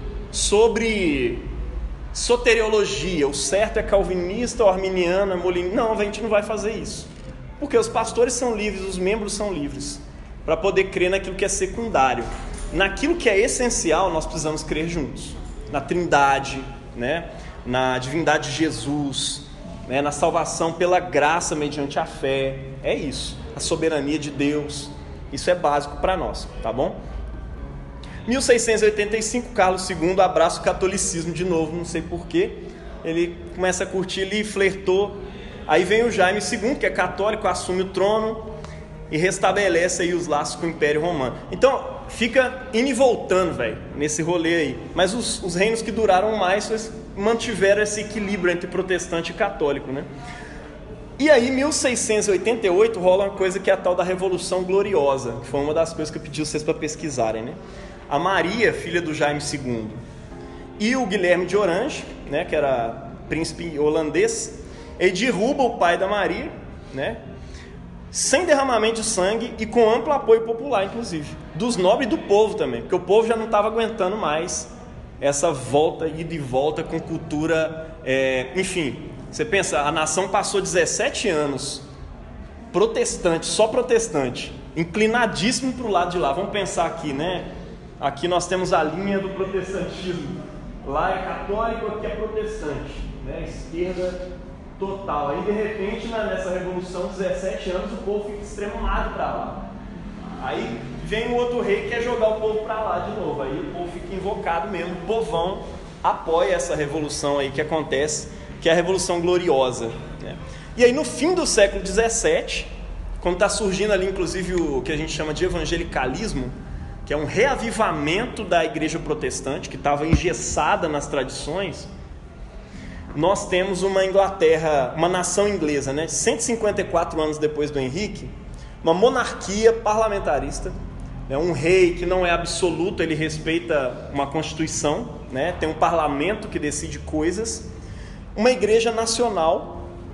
Sobre soteriologia, o certo é calvinista ou arminiano, é molinista. Não, a gente não vai fazer isso. Porque os pastores são livres, os membros são livres, para poder crer naquilo que é secundário. Naquilo que é essencial, nós precisamos crer juntos. Na Trindade, né? Na divindade de Jesus, né? Na salvação pela graça mediante a fé. É isso. A soberania de Deus. Isso é básico para nós, tá bom? mil seiscentos e oitenta e cinco, Carlos segundo abraça o catolicismo de novo, não sei porquê. Ele começa a curtir ali, flertou. Aí vem o Jaime segundo, que é católico, assume o trono e restabelece aí os laços com o Império Romano. Então, fica indo e voltando, velho, nesse rolê aí. Mas os, os reinos que duraram mais mantiveram esse equilíbrio entre protestante e católico, né? E aí, em mil seiscentos e oitenta e oito, rola uma coisa que é a tal da Revolução Gloriosa, que foi uma das coisas que eu pedi vocês para pesquisarem, né? A Maria, filha do Jaime segundo, e o Guilherme de Orange, né, que era príncipe holandês, ele derruba o pai da Maria, né, sem derramamento de sangue e com amplo apoio popular, inclusive, dos nobres e do povo também, porque o povo já não estava aguentando mais essa volta, ida e volta com cultura, é, enfim, você pensa, a nação passou dezessete anos protestante, só protestante, inclinadíssimo para o lado de lá. Vamos pensar aqui, né? Aqui nós temos a linha do protestantismo, lá é católico, aqui é protestante, né? Esquerda total. Aí de repente, nessa revolução, dezessete anos, o povo fica extremado para lá. Aí vem o outro rei que quer jogar o povo para lá de novo. Aí o povo fica invocado mesmo, o povão apoia essa revolução aí que acontece, que é a Revolução Gloriosa, né? E aí no fim do século dezessete, quando está surgindo ali inclusive o que a gente chama de evangelicalismo, que é um reavivamento da igreja protestante, que estava engessada nas tradições, nós temos uma Inglaterra, uma nação inglesa, né? cento e cinquenta e quatro anos depois do Henrique, uma monarquia parlamentarista, né? Um rei que não é absoluto, ele respeita uma constituição, né? Tem um parlamento que decide coisas, uma igreja nacional,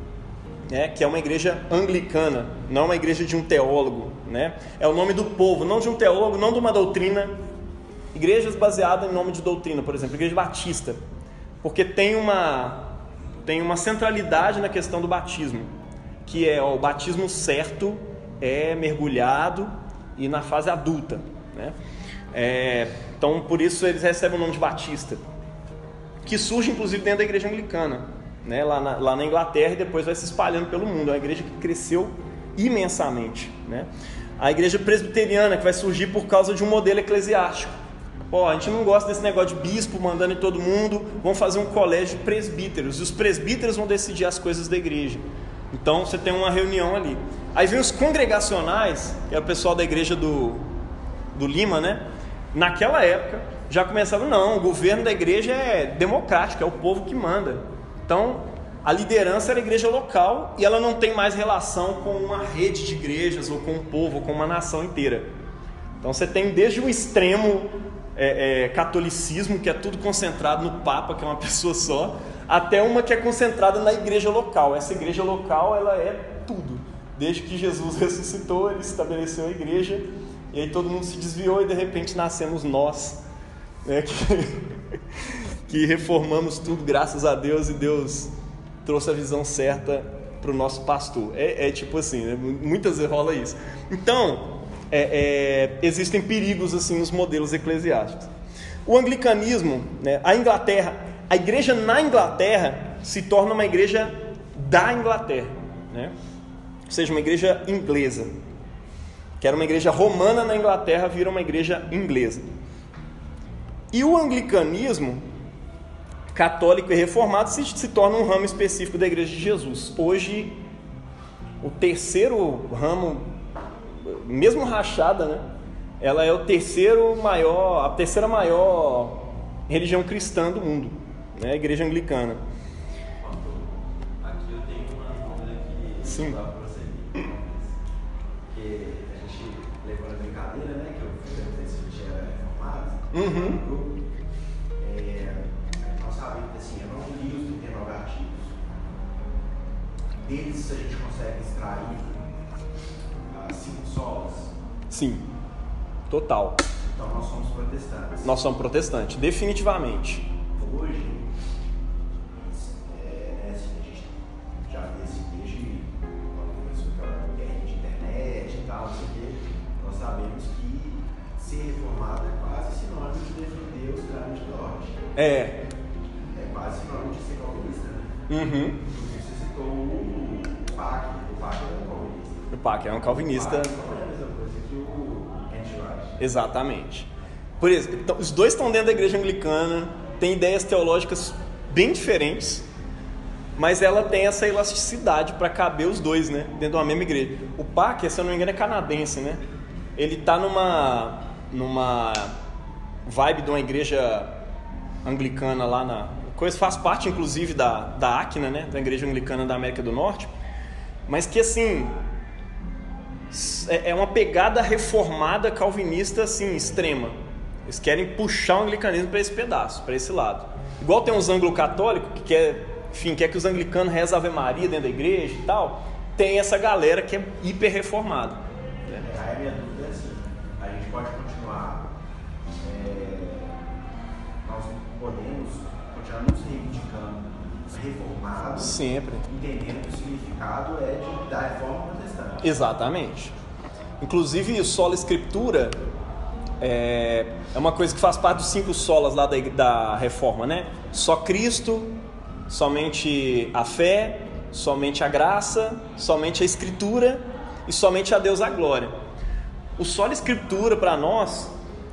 né? Que é uma igreja anglicana, não uma igreja de um teólogo, né? É o nome do povo, não de um teólogo, não de uma doutrina. Igrejas baseadas em nome de doutrina, por exemplo, Igreja Batista, porque tem uma, tem uma centralidade na questão do batismo, que é ó, o batismo certo é mergulhado e na fase adulta, né? É, então por isso eles recebem o nome de Batista, que surge inclusive dentro da igreja anglicana, né? lá, na, lá na Inglaterra, e depois vai se espalhando pelo mundo. É uma igreja que cresceu imensamente, né? A igreja presbiteriana, que vai surgir por causa de um modelo eclesiástico. Pô, a gente não gosta desse negócio de bispo mandando em todo mundo, vamos fazer um colégio de presbíteros, e os presbíteros vão decidir as coisas da igreja. Então você tem uma reunião ali. Aí vem os congregacionais, que é o pessoal da igreja do, do Lima, né? Naquela época já começaram, não, o governo da igreja é democrático, é o povo que manda. Então a liderança era a igreja local e ela não tem mais relação com uma rede de igrejas, ou com o povo, ou com uma nação inteira. Então você tem desde o extremo é, é, catolicismo, que é tudo concentrado no Papa, que é uma pessoa só, até uma que é concentrada na igreja local. Essa igreja local, ela é tudo. Desde que Jesus ressuscitou, ele estabeleceu a igreja, e aí todo mundo se desviou e de repente nascemos nós, né, que, que reformamos tudo, graças a Deus, e Deus trouxe a visão certa para o nosso pastor. É, é tipo assim, né? Muitas vezes rola isso. Então, é, é, existem perigos assim nos modelos eclesiásticos. O anglicanismo, né, a Inglaterra, a igreja na Inglaterra se torna uma igreja da Inglaterra, né? Ou seja, uma igreja inglesa, que era uma igreja romana na Inglaterra, vira uma igreja inglesa. E o anglicanismo católico e reformado se, se torna um ramo específico da Igreja de Jesus. Hoje, o terceiro ramo, mesmo rachada, né? Ela é o terceiro maior, a terceira maior religião cristã do mundo, né? A Igreja Anglicana. Aqui eu tenho uma dúvida que Sim. não dá para você, porque a gente levou na brincadeira, né? Que eu perguntei se a gente era reformado. Uhum. É, deles a gente consegue extrair as cinco solas? Sim, total. Então nós somos protestantes. Nós somos protestantes, definitivamente. Hoje, é, assim, a gente já vê assim, desde quando começou aquela guerra de internet e tal, não sei o quê, nós sabemos que ser reformado é quase sinônimo de defender os grandes do norte. É. É quase sinônimo de ser calvinista, né? Uhum. Você citou o P A C, o P A C é um calvinista. O P A C é um calvinista. O P A C não é a mesma coisa que o Kent Wright. Exatamente. Por exemplo, então, os dois estão dentro da igreja anglicana, têm ideias teológicas bem diferentes, mas ela tem essa elasticidade para caber os dois, né, dentro de uma mesma igreja. O P A C, se eu não me engano, é canadense, né? Ele está numa, numa vibe de uma igreja anglicana lá na... coisa faz parte, inclusive, da, da A C N A, né, da igreja anglicana da América do Norte, mas que, assim, é uma pegada reformada calvinista, assim, extrema. Eles querem puxar o anglicanismo para esse pedaço, para esse lado. Igual tem uns anglo-católicos que quer, enfim, quer que os anglicanos rezem Ave Maria dentro da igreja e tal. Tem essa galera que é hiper reformada. Né? Aí a minha dúvida é assim, a gente pode continuar, é, nós podemos continuar nos reivindicando reformados, sempre, entendendo que o significado é de, da reforma protestante. Exatamente. Inclusive, o sola escritura é, é uma coisa que faz parte dos cinco solas lá da, da reforma, né? Só Cristo, somente a fé, somente a graça, somente a escritura e somente a Deus a glória. O sola escritura para nós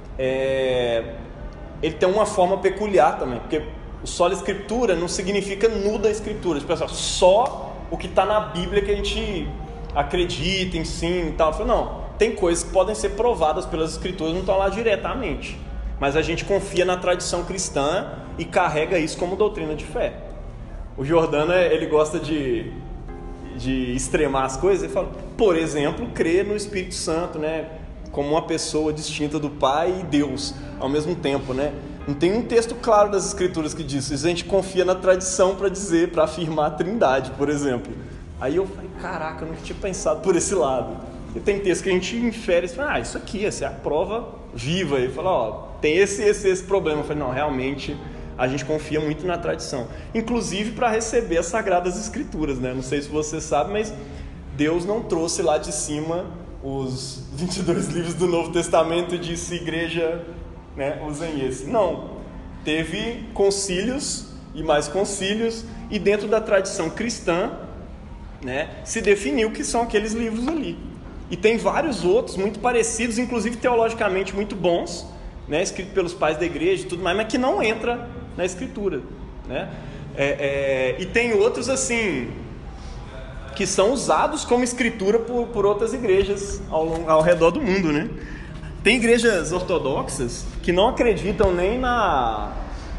é, ele tem uma forma peculiar também, porque o sola escritura não significa nuda a escritura, tipo assim, só o que está na Bíblia que a gente acredita, ensina e tal. Não, tem coisas que podem ser provadas pelas escrituras, não estão lá diretamente, mas a gente confia na tradição cristã e carrega isso como doutrina de fé. O Jordano, ele gosta de, de extremar as coisas. Ele fala, por exemplo, crer no Espírito Santo, né, como uma pessoa distinta do Pai e Deus ao mesmo tempo, né? Não tem um texto claro das escrituras que diz isso. A gente confia na tradição para dizer, para afirmar a trindade, por exemplo. Aí eu falei, caraca, eu não tinha pensado por esse lado. E tem texto que a gente infere, fala, ah, isso aqui, essa é a prova viva. E fala, ó, tem esse, esse, esse problema. Eu falei, não, realmente a gente confia muito na tradição. Inclusive para receber as Sagradas Escrituras, né? Não sei se você sabe, mas Deus não trouxe lá de cima os vinte e dois livros do Novo Testamento e disse, igreja, né, usem esse. Não. Teve concílios e mais concílios, e dentro da tradição cristã, né, se definiu que são aqueles livros ali. E tem vários outros muito parecidos, inclusive teologicamente muito bons, né, escritos pelos pais da igreja e tudo mais, mas que não entra na escritura, né? É, é, e tem outros assim que são usados como escritura por, por outras igrejas ao, ao redor do mundo, né? Tem igrejas ortodoxas que não acreditam nem na,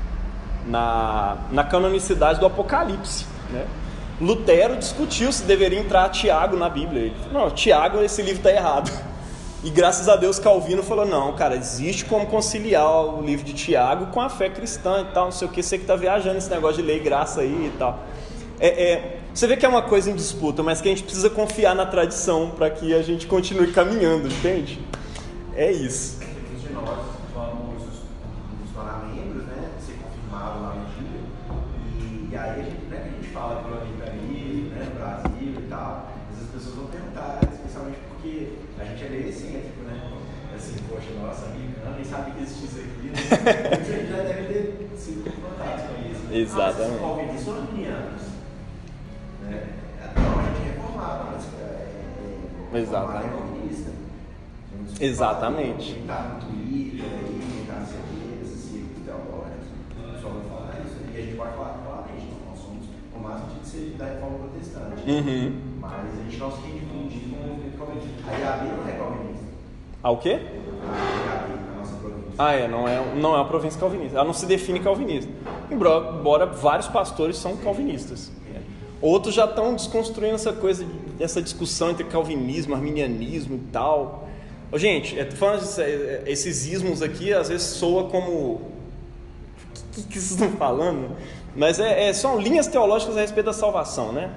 na, na canonicidade do Apocalipse, né? Lutero discutiu se deveria entrar Tiago na Bíblia. Ele falou, não, Tiago, esse livro está errado. E graças a Deus Calvino falou, não, cara, existe como conciliar o livro de Tiago com a fé cristã e tal, não sei o que, você que está viajando esse negócio de lei e graça aí e tal. É, é, você vê que é uma coisa em disputa, mas que a gente precisa confiar na tradição para que a gente continue caminhando, entende? É isso. Muitos de nós vamos nos tornar membros, né, ser confirmado lá no dia, e, e aí a gente, né, a gente fala pelo americanismo, né, no Brasil e tal, mas as pessoas vão perguntar, especialmente porque a gente é meio excêntrico, né? Assim, poxa, nossa, americano, nem sabia que existia isso aqui, né? Muita gente já deve ter sido confrontados com isso. Exatamente. Ah, calvinistas são arminianos, né? Não, a gente é reformado, mas é, é, Exatamente. é calvinista. Exatamente. Quem está no Twitter, aí, quem está nas C Ds, círculos teológicos, só vai falar isso. E a gente pode falar claramente, nós somos o máximo de ser da reforma protestante. Uhum. Mas a gente não se reivindica com o movimento calvinista. A I A B não é calvinista. Ah, o quê? A I A B, a nossa província. Ah, é, não é, não é uma província calvinista. Ela não se define calvinista. Embora, embora vários pastores são calvinistas. Outros já estão desconstruindo essa coisa, essa discussão entre calvinismo, arminianismo e tal. Ô, gente, eu tô falando disso, esses ismos aqui às vezes soa como... O que, que vocês estão falando? Mas é, é, são linhas teológicas a respeito da salvação, né?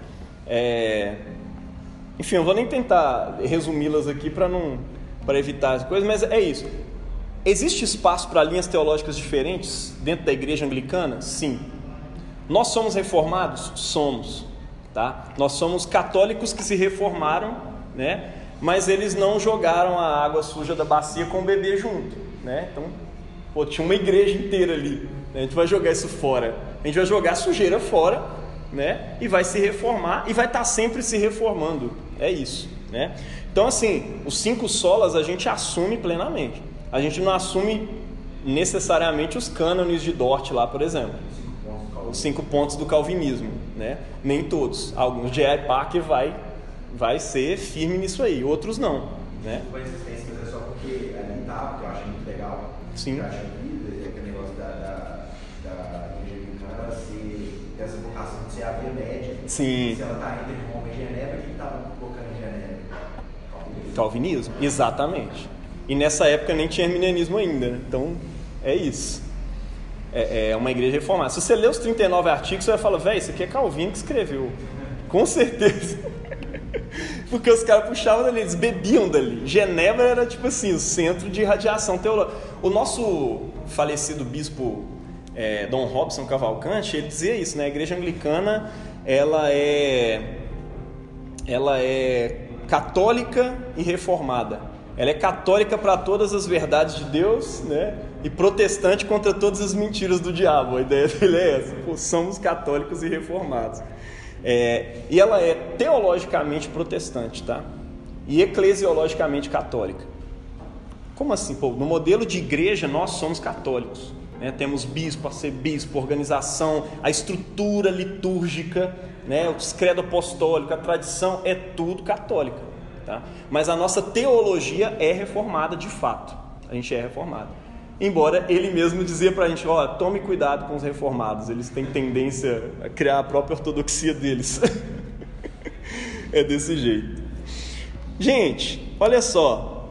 É... Enfim, eu vou nem tentar resumi-las aqui para não, para evitar as coisas, mas é isso. Existe espaço para linhas teológicas diferentes dentro da igreja anglicana? Sim. Nós somos reformados? Somos. Tá? Nós somos católicos que se reformaram, né? Mas eles não jogaram a água suja da bacia com o bebê junto, né? Então, pô, tinha uma igreja inteira ali, né? A gente vai jogar isso fora. A gente vai jogar a sujeira fora, né? E vai se reformar e vai estar sempre se reformando. É isso, né? Então, assim, os cinco solas a gente assume plenamente. A gente não assume necessariamente os cânones de Dort lá, por exemplo. Os cinco pontos do calvinismo, né? Nem todos. Alguns de J I Packer vai, vai ser firme nisso aí, outros não, né? Com existência, mas é só porque ali tá, que eu acho muito legal. Sim. Eu acho que aquele negócio da, da, da igreja anglicana ser, ter essa vocação de ser a via média. Sim. Se ela tá entre Roma e Genebra, quem estava colocando em Genebra? Calvinismo. Calvinismo, exatamente. E nessa época nem tinha arminianismo ainda, né? Então é isso. É, é uma igreja reformada. Se você ler os trinta e nove artigos, você vai falar, velho, isso aqui é Calvino que escreveu. Com certeza. Porque os caras puxavam dali, eles bebiam dali. Genebra era tipo assim, o centro de radiação teológica. O nosso falecido bispo é, Dom Robson Cavalcante, ele dizia isso, né? A igreja anglicana, ela é, ela é católica e reformada. Ela é católica para todas as verdades de Deus, né? E protestante contra todas as mentiras do diabo. A ideia dele é essa: pô, somos católicos e reformados. É, e ela é teologicamente protestante, tá? E eclesiologicamente católica. Como assim? Pô, no modelo de igreja nós somos católicos, né? Temos bispo, arcebispo, organização, a estrutura litúrgica, né? O credo apostólico, a tradição é tudo católica, tá? Mas a nossa teologia é reformada de fato. A gente é reformado. Embora ele mesmo dizia pra gente, ó, tome cuidado com os reformados, eles têm tendência a criar a própria ortodoxia deles. É desse jeito. Gente, olha só.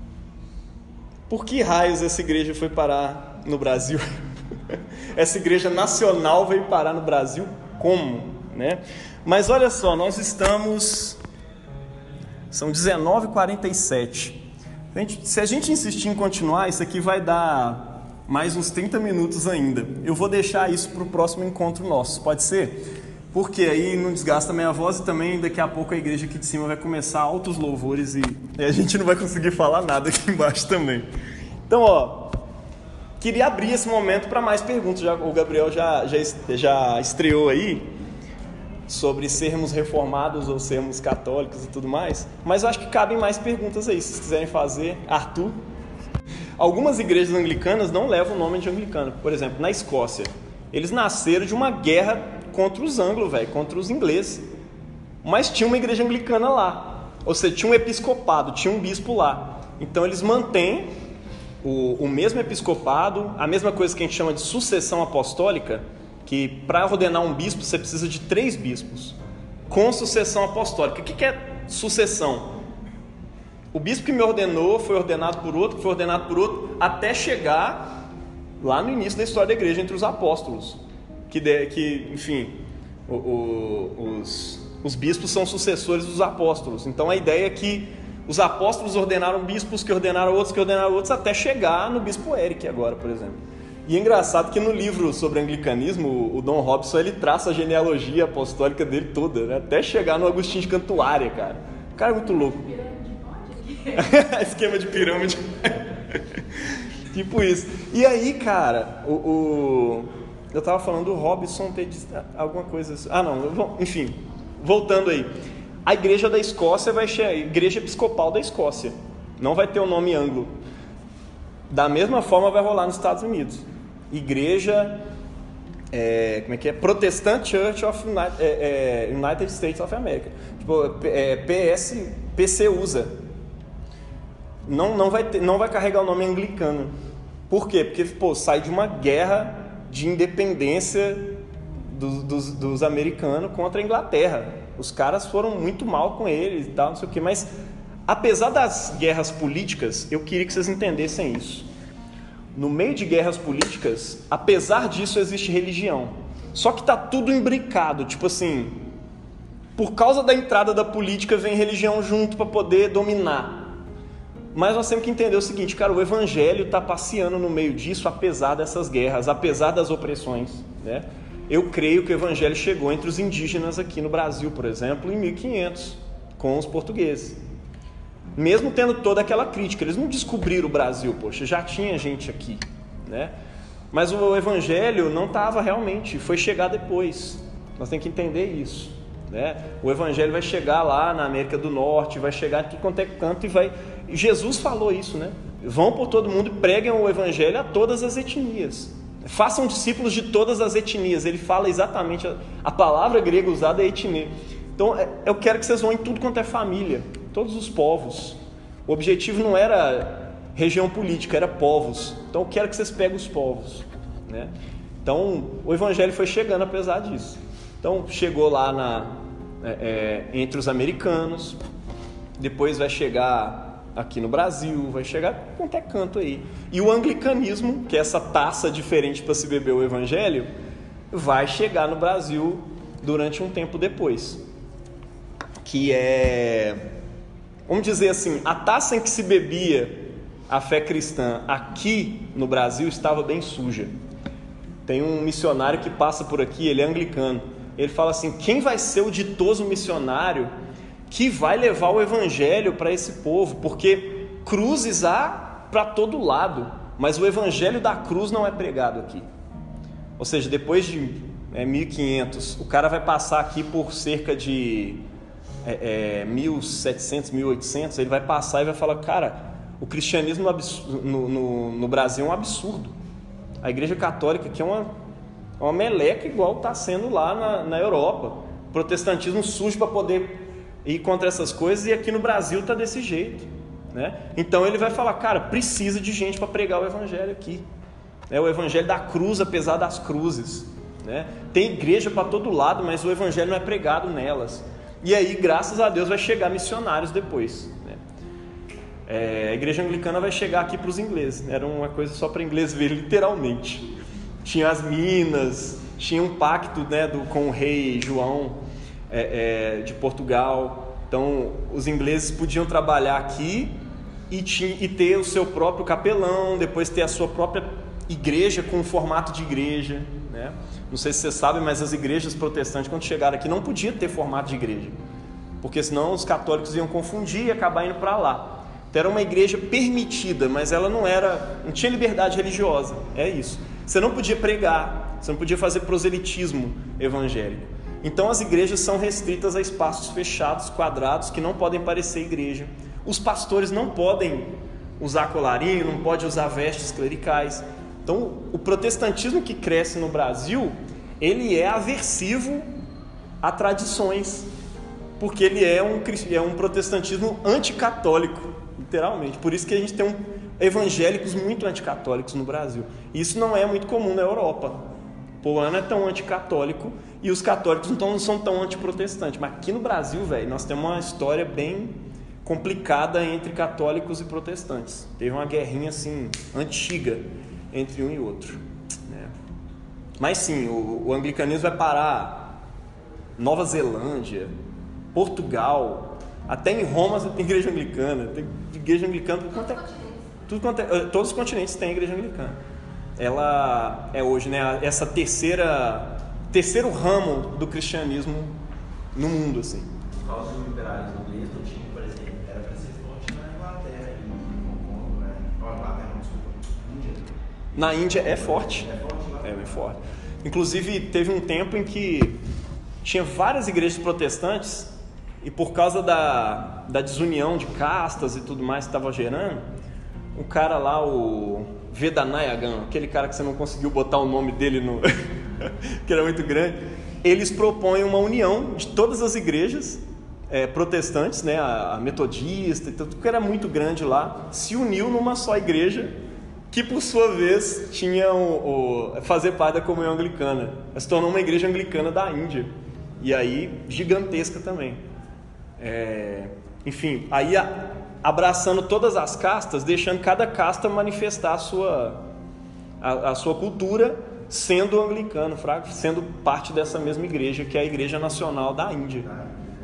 Por que raios essa igreja foi parar no Brasil? Essa igreja nacional veio parar no Brasil como, né? Mas olha só, nós estamos... São dezenove e quarenta e sete. Se a gente insistir em continuar, isso aqui vai dar mais uns trinta minutos ainda. Eu vou deixar isso para o próximo encontro nosso, pode ser? Porque aí não desgasta a minha voz e também daqui a pouco a igreja aqui de cima vai começar altos louvores e, e a gente não vai conseguir falar nada aqui embaixo também. Então, ó, queria abrir esse momento para mais perguntas. Já, o Gabriel já, já, já estreou aí sobre sermos reformados ou sermos católicos e tudo mais, mas eu acho que cabem mais perguntas aí, se vocês quiserem fazer. Arthur? Algumas igrejas anglicanas não levam o nome de anglicano. Por exemplo, na Escócia, eles nasceram de uma guerra contra os anglos, velho, contra os ingleses, mas tinha uma igreja anglicana lá, ou seja, tinha um episcopado, tinha um bispo lá. Então eles mantêm o, o mesmo episcopado, a mesma coisa que a gente chama de sucessão apostólica, que para ordenar um bispo você precisa de três bispos, com sucessão apostólica. O que é sucessão? O bispo que me ordenou foi ordenado por outro, que foi ordenado por outro, até chegar lá no início da história da igreja, entre os apóstolos. Que, de, que enfim, o, o, os, os bispos são sucessores dos apóstolos. Então a ideia é que os apóstolos ordenaram bispos, que ordenaram outros, que ordenaram outros, até chegar no bispo Eric agora, por exemplo. E é engraçado que no livro sobre anglicanismo, o Dom Robson, ele traça a genealogia apostólica dele toda, né? Até chegar no Agostinho de Cantuária, cara. O cara é muito louco. Esquema de pirâmide. Tipo isso. E aí, cara, o, o... eu tava falando do Robson ter alguma coisa assim. Ah, não, enfim, voltando aí. A igreja da Escócia vai ser a igreja episcopal da Escócia. Não vai ter o nome anglo. Da mesma forma vai rolar nos Estados Unidos. Igreja, é, como é que é? Protestant Church of United, é, é, United States of America. Tipo, é, P S, P C U S A. Não, não, vai ter, não vai carregar o nome anglicano. Por quê? Porque, pô, sai de uma guerra de independência dos, dos, dos americanos contra a Inglaterra. Os caras foram muito mal com eles e tal, não sei o quê. Mas, apesar das guerras políticas, eu queria que vocês entendessem isso. No meio de guerras políticas, apesar disso, existe religião. Só que tá tudo imbricado. Tipo assim, Por causa da entrada da política vem religião junto para poder dominar. Mas nós temos que entender o seguinte, cara, o evangelho está passeando no meio disso, apesar dessas guerras, apesar das opressões, né? Eu creio que o evangelho chegou entre os indígenas aqui no Brasil, por exemplo, em mil e quinhentos, com os portugueses. Mesmo tendo toda aquela crítica, eles não descobriram o Brasil, poxa, já tinha gente aqui, né? Mas o evangelho não estava realmente, foi chegar depois. Nós temos que entender isso, né? O evangelho vai chegar lá na América do Norte, vai chegar em tudo quanto é canto e vai... Jesus falou isso, né? Vão por todo mundo e preguem o evangelho a todas as etnias. Façam discípulos de todas as etnias. Ele fala exatamente, a, a palavra grega usada é etnia. Então, eu quero que vocês vão em tudo quanto é família, todos os povos. O objetivo não era região política, era povos. Então, eu quero que vocês peguem os povos, né? Então, o evangelho foi chegando apesar disso. Então, chegou lá na, é, é, entre os americanos, depois vai chegar aqui no Brasil, vai chegar quanto é canto aí. E o anglicanismo, que é essa taça diferente para se beber o evangelho, vai chegar no Brasil durante um tempo depois. Que é, vamos dizer assim, a taça em que se bebia a fé cristã aqui no Brasil estava bem suja. Tem um missionário que passa por aqui, ele é anglicano. Ele fala assim, quem vai ser o ditoso missionário que vai levar o evangelho para esse povo? Porque cruzes há para todo lado, mas o evangelho da cruz não é pregado aqui. Ou seja, depois de é, mil e quinhentos, o cara vai passar aqui por cerca de é, é, mil e setecentos, mil e oitocentos, ele vai passar e vai falar, cara, o cristianismo no, no, no Brasil é um absurdo. A igreja católica aqui é uma, uma meleca igual está sendo lá na, na Europa. O protestantismo surge para poder ir contra essas coisas e aqui no Brasil está desse jeito, né? Então ele vai falar, cara, precisa de gente para pregar o evangelho aqui. É o evangelho da cruz, apesar das cruzes, né? Tem igreja para todo lado, mas o evangelho não é pregado nelas. E aí, graças a Deus, vai chegar missionários depois, né? É, a igreja anglicana vai chegar aqui para os ingleses. Era uma coisa só para inglês ver, literalmente. Tinha as minas, tinha um pacto, né, do, com o rei João é, é, de Portugal. Então, os ingleses podiam trabalhar aqui e, tinha, e ter o seu próprio capelão, depois ter a sua própria igreja com formato de igreja, né? Não sei se vocês sabem, mas as igrejas protestantes, quando chegaram aqui, não podiam ter formato de igreja, porque senão os católicos iam confundir e acabar indo para lá. Então era uma igreja permitida, mas ela não era, não tinha liberdade religiosa, é isso. Você não podia pregar, você não podia fazer proselitismo evangélico. Então as igrejas são restritas a espaços fechados, quadrados, que não podem parecer igreja. Os pastores não podem usar colarinho, não podem usar vestes clericais. Então o protestantismo que cresce no Brasil, ele é aversivo a tradições, porque ele é um, é um protestantismo anticatólico, literalmente. Por isso que a gente tem um, evangélicos muito anticatólicos no Brasil. Isso não é muito comum na Europa. O povo não é tão anticatólico e os católicos não, tão, não são tão antiprotestantes. Mas aqui no Brasil, velho, nós temos uma história bem complicada entre católicos e protestantes. Teve uma guerrinha assim, antiga, entre um e outro, né? Mas sim, o, o anglicanismo vai parar Nova Zelândia, Portugal, até em Roma você tem igreja anglicana, tem igreja anglicana tudo quanto é, tudo quanto é, todos os continentes têm igreja anglicana. Ela é hoje, né, essa terceira terceiro ramo do cristianismo no mundo, assim. Por causa do liberalismo inglês, o time, por exemplo, era para ser forte na Inglaterra e no Congo, né? Não, Inglaterra, não, desculpa, Índia. Na Índia é forte, é forte, lá. é bem forte. Inclusive teve um tempo em que tinha várias igrejas protestantes e por causa da, da desunião de castas e tudo mais que estava gerando, o cara lá, o Vedanayagam, aquele cara que você não conseguiu botar o nome dele no que era muito grande, eles propõem uma união de todas as igrejas é, protestantes, né, a, a metodista e tudo que era muito grande lá, se uniu numa só igreja que por sua vez tinha o, o fazer parte da comunhão anglicana. Ela se tornou uma igreja anglicana da Índia, e aí gigantesca também. É, enfim, aí a, abraçando todas as castas, deixando cada casta manifestar a sua, a, a sua cultura, sendo anglicano, sendo parte dessa mesma igreja, que é a Igreja Nacional da Índia.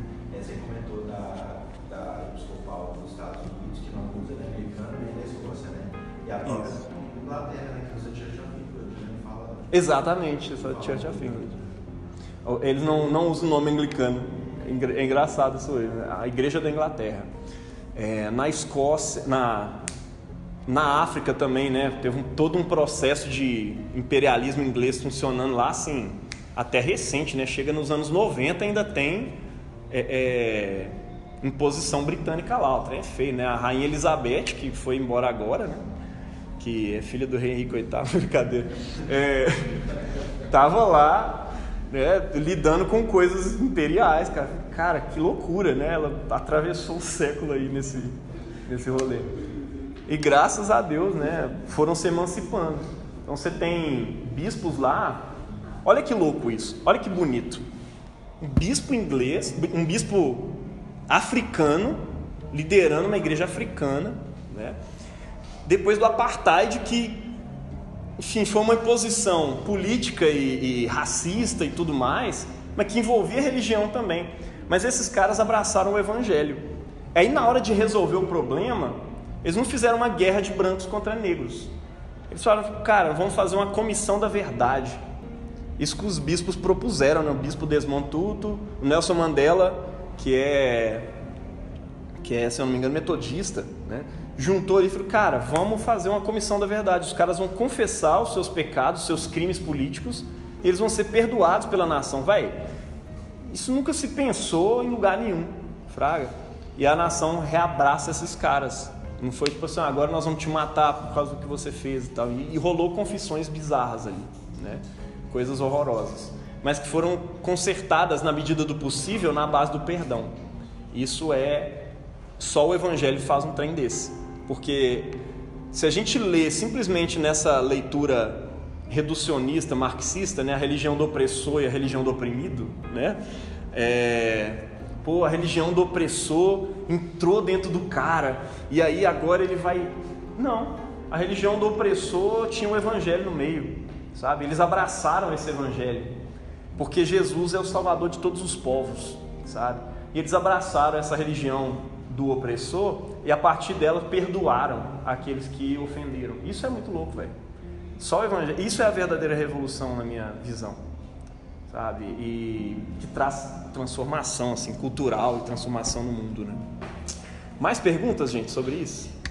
Exatamente, essa Church of England. Eles não, não usam o nome anglicano. É engraçado isso aí, né? A Igreja da Inglaterra. É, na Escócia, na, na África também, né? Teve um, todo um processo de imperialismo inglês funcionando lá, assim, até recente, né? Chega nos anos noventa, ainda tem é, é, imposição britânica lá. O trem é feio, né? A Rainha Elizabeth, que foi embora agora, né? Que é filha do rei Henrique oitavo, brincadeira, é, tava lá, né, lidando com coisas imperiais, cara. Cara, que loucura, né? Ela atravessou o século aí nesse, nesse rolê. E graças a Deus, né, foram se emancipando. Então você tem bispos lá, olha que louco isso, olha que bonito. Um bispo inglês, um bispo africano, liderando uma igreja africana, né? Depois do apartheid, que, enfim, foi uma imposição política e, e racista e tudo mais, mas que envolvia a religião também. Mas esses caras abraçaram o evangelho. Aí, na hora de resolver o problema, eles não fizeram uma guerra de brancos contra negros. Eles falaram, cara, vamos fazer uma comissão da verdade. Isso que os bispos propuseram, né? O bispo Desmond Tutu, o Nelson Mandela, que é, que é, se eu não me engano, metodista, né? Juntou ali e falou, cara, vamos fazer uma comissão da verdade. Os caras vão confessar os seus pecados, os seus crimes políticos, e eles vão ser perdoados pela nação. Vai, isso nunca se pensou em lugar nenhum, fraga. E a nação reabraça esses caras. Não foi tipo assim, ah, agora nós vamos te matar por causa do que você fez e tal. E, e rolou confissões bizarras ali, né? Coisas horrorosas, mas que foram consertadas na medida do possível na base do perdão. Isso é... Só o evangelho faz um trem desse. Porque se a gente lê simplesmente nessa leitura reducionista, marxista, né, a religião do opressor e a religião do oprimido, né, é, pô, a religião do opressor entrou dentro do cara e aí agora ele vai... Não, a religião do opressor tinha um evangelho no meio, sabe? Eles abraçaram esse evangelho porque Jesus é o salvador de todos os povos, sabe? E eles abraçaram essa religião do opressor e a partir dela perdoaram aqueles que ofenderam. Isso é muito louco, velho. Só o evangelho, isso é a verdadeira revolução na minha visão, sabe? E que traz transformação assim, cultural e transformação no mundo, né? Mais perguntas, gente, sobre isso?